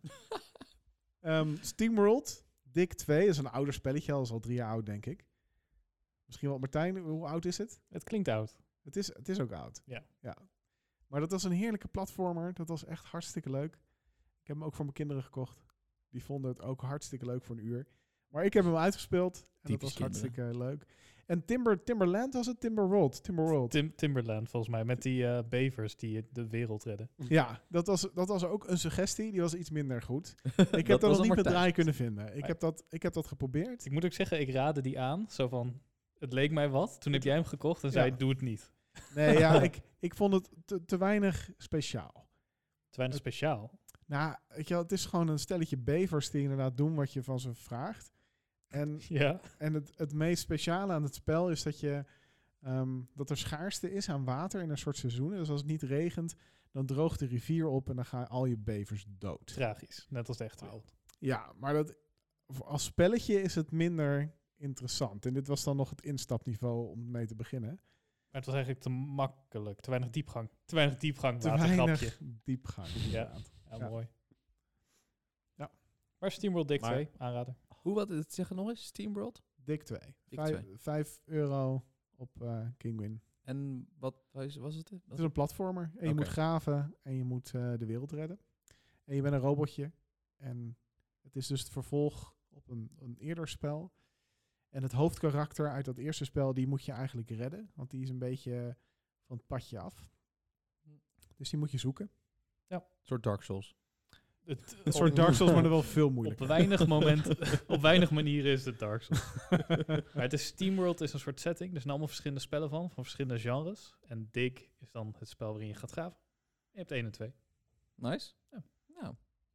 SteamWorld, Dick 2, dat is een ouder spelletje, al is al 3 jaar oud, denk ik. Misschien wel, Martijn, hoe oud is het? Het klinkt oud. Het is ook oud. Ja. Maar dat was een heerlijke platformer. Dat was echt hartstikke leuk. Ik heb hem ook voor mijn kinderen gekocht. Die vonden het ook hartstikke leuk voor een uur. Maar ik heb hem uitgespeeld. En dat Typisch was kinderen. hartstikke leuk. En Timberland was het? Timberworld. Timberland, volgens mij, met die bevers die de wereld redden. Ja, dat was ook een suggestie. Die was iets minder goed. Ik Dat heb dat was nog een niet met Martijn. draai kunnen vinden. Ik Nee. heb dat geprobeerd. Ik moet ook zeggen, ik raadde die aan. Zo van, het leek mij wat. Toen heb jij hem gekocht en zei, doe het niet. Nee, ja, ik vond het te weinig speciaal. Te weinig speciaal. Nou, weet je wel, het is gewoon een stelletje bevers die inderdaad doen wat je van ze vraagt. En Ja. het meest speciale aan het spel is dat dat er schaarste is aan water in een soort seizoenen. Dus als het niet regent, dan droogt de rivier op en dan gaan al je bevers dood. Tragisch. Net als de echte wereld. Ja, maar als spelletje is het minder interessant. En dit was dan nog het instapniveau om mee te beginnen. Maar het was eigenlijk te makkelijk. Te weinig diepgang. Te weinig diepgang, Te watergrapje. weinig diepgang. Ja. inderdaad. Ja, Ja. mooi. Ja. Maar SteamWorld Dick Maar- 2, aanrader. Hoe, wat het zeggen nog eens? SteamWorld? Dik 2. Dik 2. €5 op Kingwin. En wat was het? Het is een platformer. En je Oké. moet graven en je moet de wereld redden. En je bent een robotje. En het is dus het vervolg op een eerder spel. En het hoofdkarakter uit dat eerste spel, die moet je eigenlijk redden. Want die is een beetje van het padje af. Dus die moet je zoeken. Een soort Dark Souls. Een soort Dark Souls, maar dan wel veel moeilijker. Op weinig momenten, op weinig manieren is het Dark Souls. Maar het is SteamWorld is een soort setting. Er zijn allemaal verschillende spellen van verschillende genres. En Dig is dan het spel waarin je gaat graven. Je hebt 1 en 2. Nice. Ja. Nou,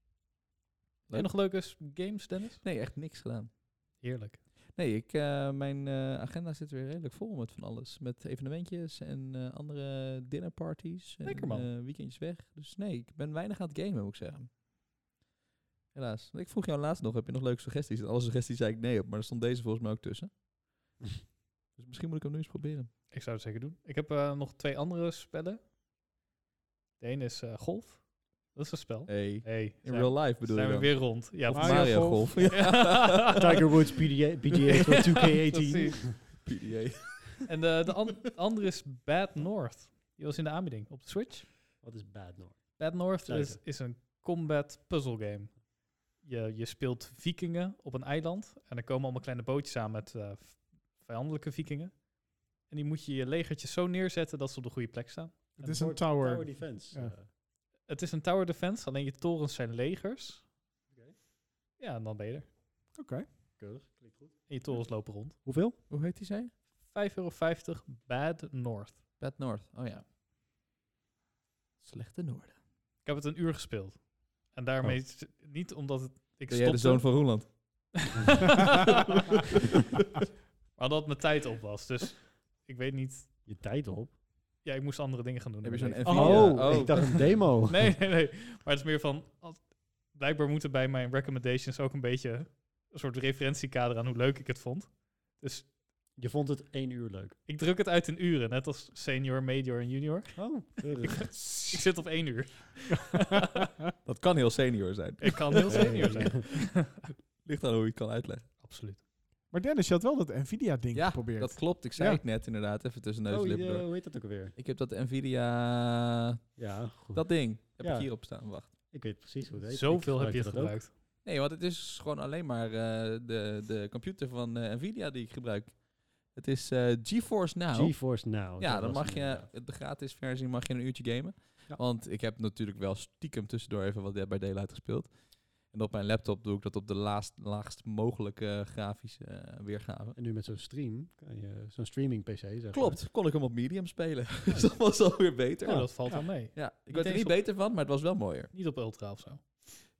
En nog leuke games, Dennis? nee, echt niks gedaan. Heerlijk. Nee, mijn agenda zit weer redelijk vol met van alles. Met evenementjes en andere dinnerparties. Lekker, en, man. weekendjes weg. Dus nee, ik ben weinig aan het gamen, moet ik zeggen. Helaas. Ik vroeg jou laatst nog, heb je nog leuke suggesties? En alle suggesties zei ik nee op, maar er stond deze volgens mij ook tussen. Dus misschien moet ik hem nu eens proberen. Ik zou het zeker doen. Ik heb nog 2 andere spellen. De ene is golf. Dat is een spel. Hey, Hey, in real life bedoel zijn je we dan? weer rond. Ja, Of precies. Mario Golf. Ja. Tiger Woods PGA Tour 2K18. Precies. PDA. En de andere is Bad North. Die was in de aanbieding op de Switch. Wat is bad North? Bad North Zuiden. is een combat puzzle game. Je speelt vikingen op een eiland. En er komen allemaal kleine bootjes aan met vijandelijke vikingen. En die moet je je legertjes zo neerzetten dat ze op de goede plek staan. Het is een tower. defense. Ja. Het is een tower defense, alleen je torens zijn legers. Oké. Ja, en dan ben je er. Oké. Keurig, klinkt goed. En je torens lopen rond. Hoeveel? Hoe heet die, zei je? €5,50 Bad North. Bad North. Oh ja. Slechte Noorden. Ik heb het een uur gespeeld. En daarmee niet omdat het... Ik Ben jij de stopte, zoon van Roeland? maar dat mijn tijd op was. Dus ik weet niet... Je tijd op. Ja, ik moest andere dingen gaan doen. Heb je in zo'n mijn leven. Nvidia? Oh, ik dacht een demo. Nee. Maar het is meer van... Blijkbaar moeten bij mijn recommendations ook een beetje... een soort referentiekader aan hoe leuk ik het vond. Dus Je vond het 1 uur leuk. ik druk het uit in uren. Net als senior, major en junior. Oh, keurig. Ik zit op 1 uur. Dat kan heel senior zijn. Ik kan heel senior zijn. Ligt aan hoe je het kan uitleggen. Absoluut. Maar Dennis, je had wel dat Nvidia-ding Ja, geprobeerd. dat klopt. Ik zei Ja. het net inderdaad. Even tussen neus en Oh, lippen door. hoe heet dat ook alweer? Ik heb dat Nvidia... Ja, goed. Dat ding. Heb Ja. ik hierop staan. Wacht. Ik weet precies hoe het heet. Zoveel Ik heb je het gebruik dat ook. gebruikt. Nee, want het is gewoon alleen maar de computer van Nvidia die ik gebruik. Het is GeForce Now. GeForce Now. Ja, dat dan was mag het je, inderdaad. de gratis versie mag je een uurtje gamen. Ja. Want ik heb natuurlijk wel stiekem tussendoor even wat bij Daylight gespeeld. En op mijn laptop doe ik dat op de laagst mogelijke grafische weergave. En nu met zo'n stream, kan je zo'n streaming PC zeg maar. Klopt, kon ik hem op medium spelen. Dus dat was alweer beter. Oh, Ja, dat valt wel mee. ik werd er eens niet op- beter van, maar het was wel mooier. Niet op ultra of zo.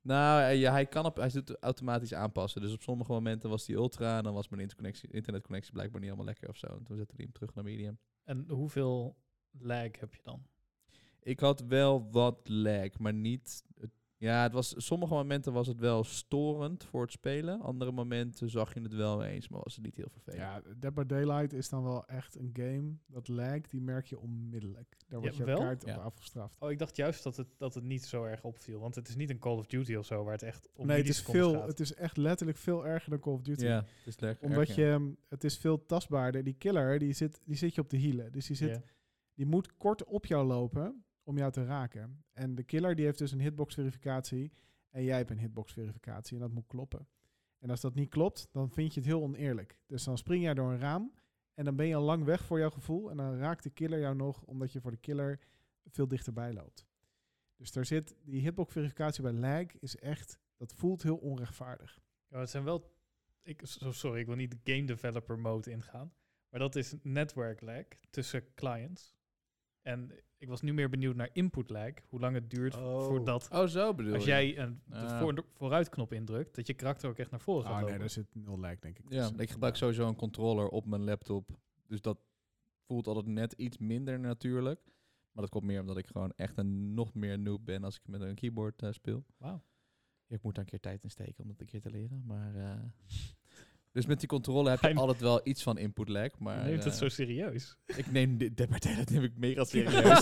Nou, hij doet het automatisch aanpassen. Dus op sommige momenten was die ultra en dan was mijn internetconnectie blijkbaar niet helemaal lekker of zo. En toen zette hij hem terug naar medium. En hoeveel lag heb je dan? Ik had wel wat lag, maar niet... sommige momenten was het wel storend voor het spelen. Andere momenten zag je het wel eens, maar was het niet heel vervelend. Ja, Dead by Daylight is dan wel echt een game. Dat lag, die merk je onmiddellijk. Daar wordt je wel? kaart Ja. op afgestraft. Oh, ik dacht juist dat het niet zo erg opviel. Want het is niet een Call of Duty of zo, waar het echt om Nee, milliseconden gaat. het is echt letterlijk veel erger dan Call of Duty. Ja, het is lekker. Omdat het is veel tastbaarder. Die killer, die zit je op de hielen. Dus die moet kort op jou lopen om jou te raken. En de killer die heeft dus een hitbox verificatie en jij hebt een hitbox verificatie en dat moet kloppen. En als dat niet klopt, dan vind je het heel oneerlijk. Dus dan spring jij door een raam en dan ben je al lang weg voor jouw gevoel en dan raakt de killer jou nog omdat je voor de killer veel dichterbij loopt. Dus daar zit die hitbox verificatie bij lag is echt, dat voelt heel onrechtvaardig. Ja, het zijn wel... Sorry, ik wil niet de game developer mode ingaan. Maar dat is network lag tussen clients. En ik was nu meer benieuwd naar input lag. Hoe lang het duurt voordat... Oh, zo bedoel Als je. jij de vooruitknop indrukt, dat je karakter ook echt naar voren gaat Ah nee, lopen. daar zit nul lag denk ik. Ja, tussen. ik gebruik sowieso een controller op mijn laptop. Dus dat voelt altijd net iets minder natuurlijk. Maar dat komt meer omdat ik gewoon echt een nog meer noob ben als ik met een keyboard speel. Wauw. Ja, ik moet daar een keer tijd in steken om dat een keer te leren. Maar, dus met die controller heb je Hij- altijd wel iets van input lag. Maar, Neemt het zo serieus? Ik neem Dead by Daylight neem ik mega serieus.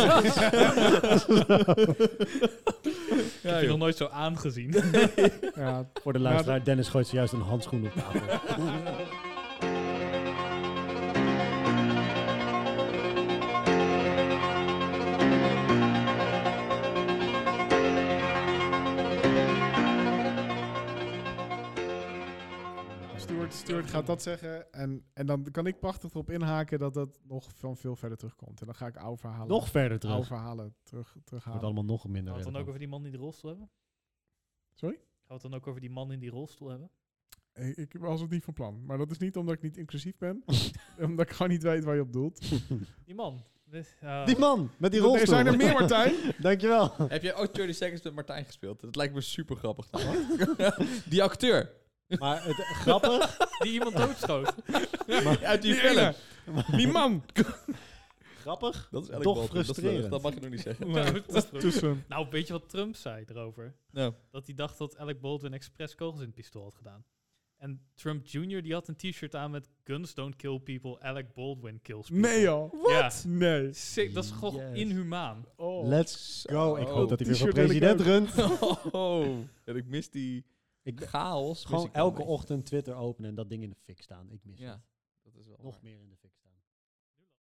Ik heb je nog nooit zo aangezien. Ja, Voor de luisteraar, Dennis gooit zojuist een handschoen op tafel. Stuart gaat dat zeggen en dan kan ik prachtig erop inhaken dat dat nog van veel verder terugkomt. En dan ga ik oude verhalen, Nog verder terug. oude verhalen Het wordt terughalen. allemaal nog minder. Gaan we het dan ook relevant. over die man die de rolstoel hebben? Sorry? Gaan we het dan ook over die man in die rolstoel hebben? Ik was het niet van plan. Maar dat is niet omdat ik niet inclusief ben. Omdat ik gewoon niet weet waar je op doelt. Die man. Die man met die Er rolstoel. zijn er meer, Martijn. Dankjewel. Heb jij ooit 30 Seconds met Martijn gespeeld? Dat lijkt me super grappig. Die acteur. Maar het grappig. Die iemand doodschoot. Uit die Die film. ene. Die man. Grappig. Dat is Alec Toch Baldwin. frustrerend. Dat mag je nog niet zeggen. Nou, weet je wat Trump zei erover? Nou, Dat hij dacht dat Alec Baldwin expres kogels in het pistool had gedaan. En Trump Jr. die had een t-shirt aan met Guns don't kill people, Alec Baldwin kills people. Nee joh. Ja. Nee. Sick, dat is gewoon Yes. inhumaan. Oh. Let's go. Ik hoop dat hij weer voor t-shirt wil ik president runt. oh. En ik mis die Ik chaos. mis gewoon ik wel elke een ochtend Twitter openen en dat ding in de fik staan. Ik mis beetje. Ja, het. dat is wel Nog waar. meer in de fik staan.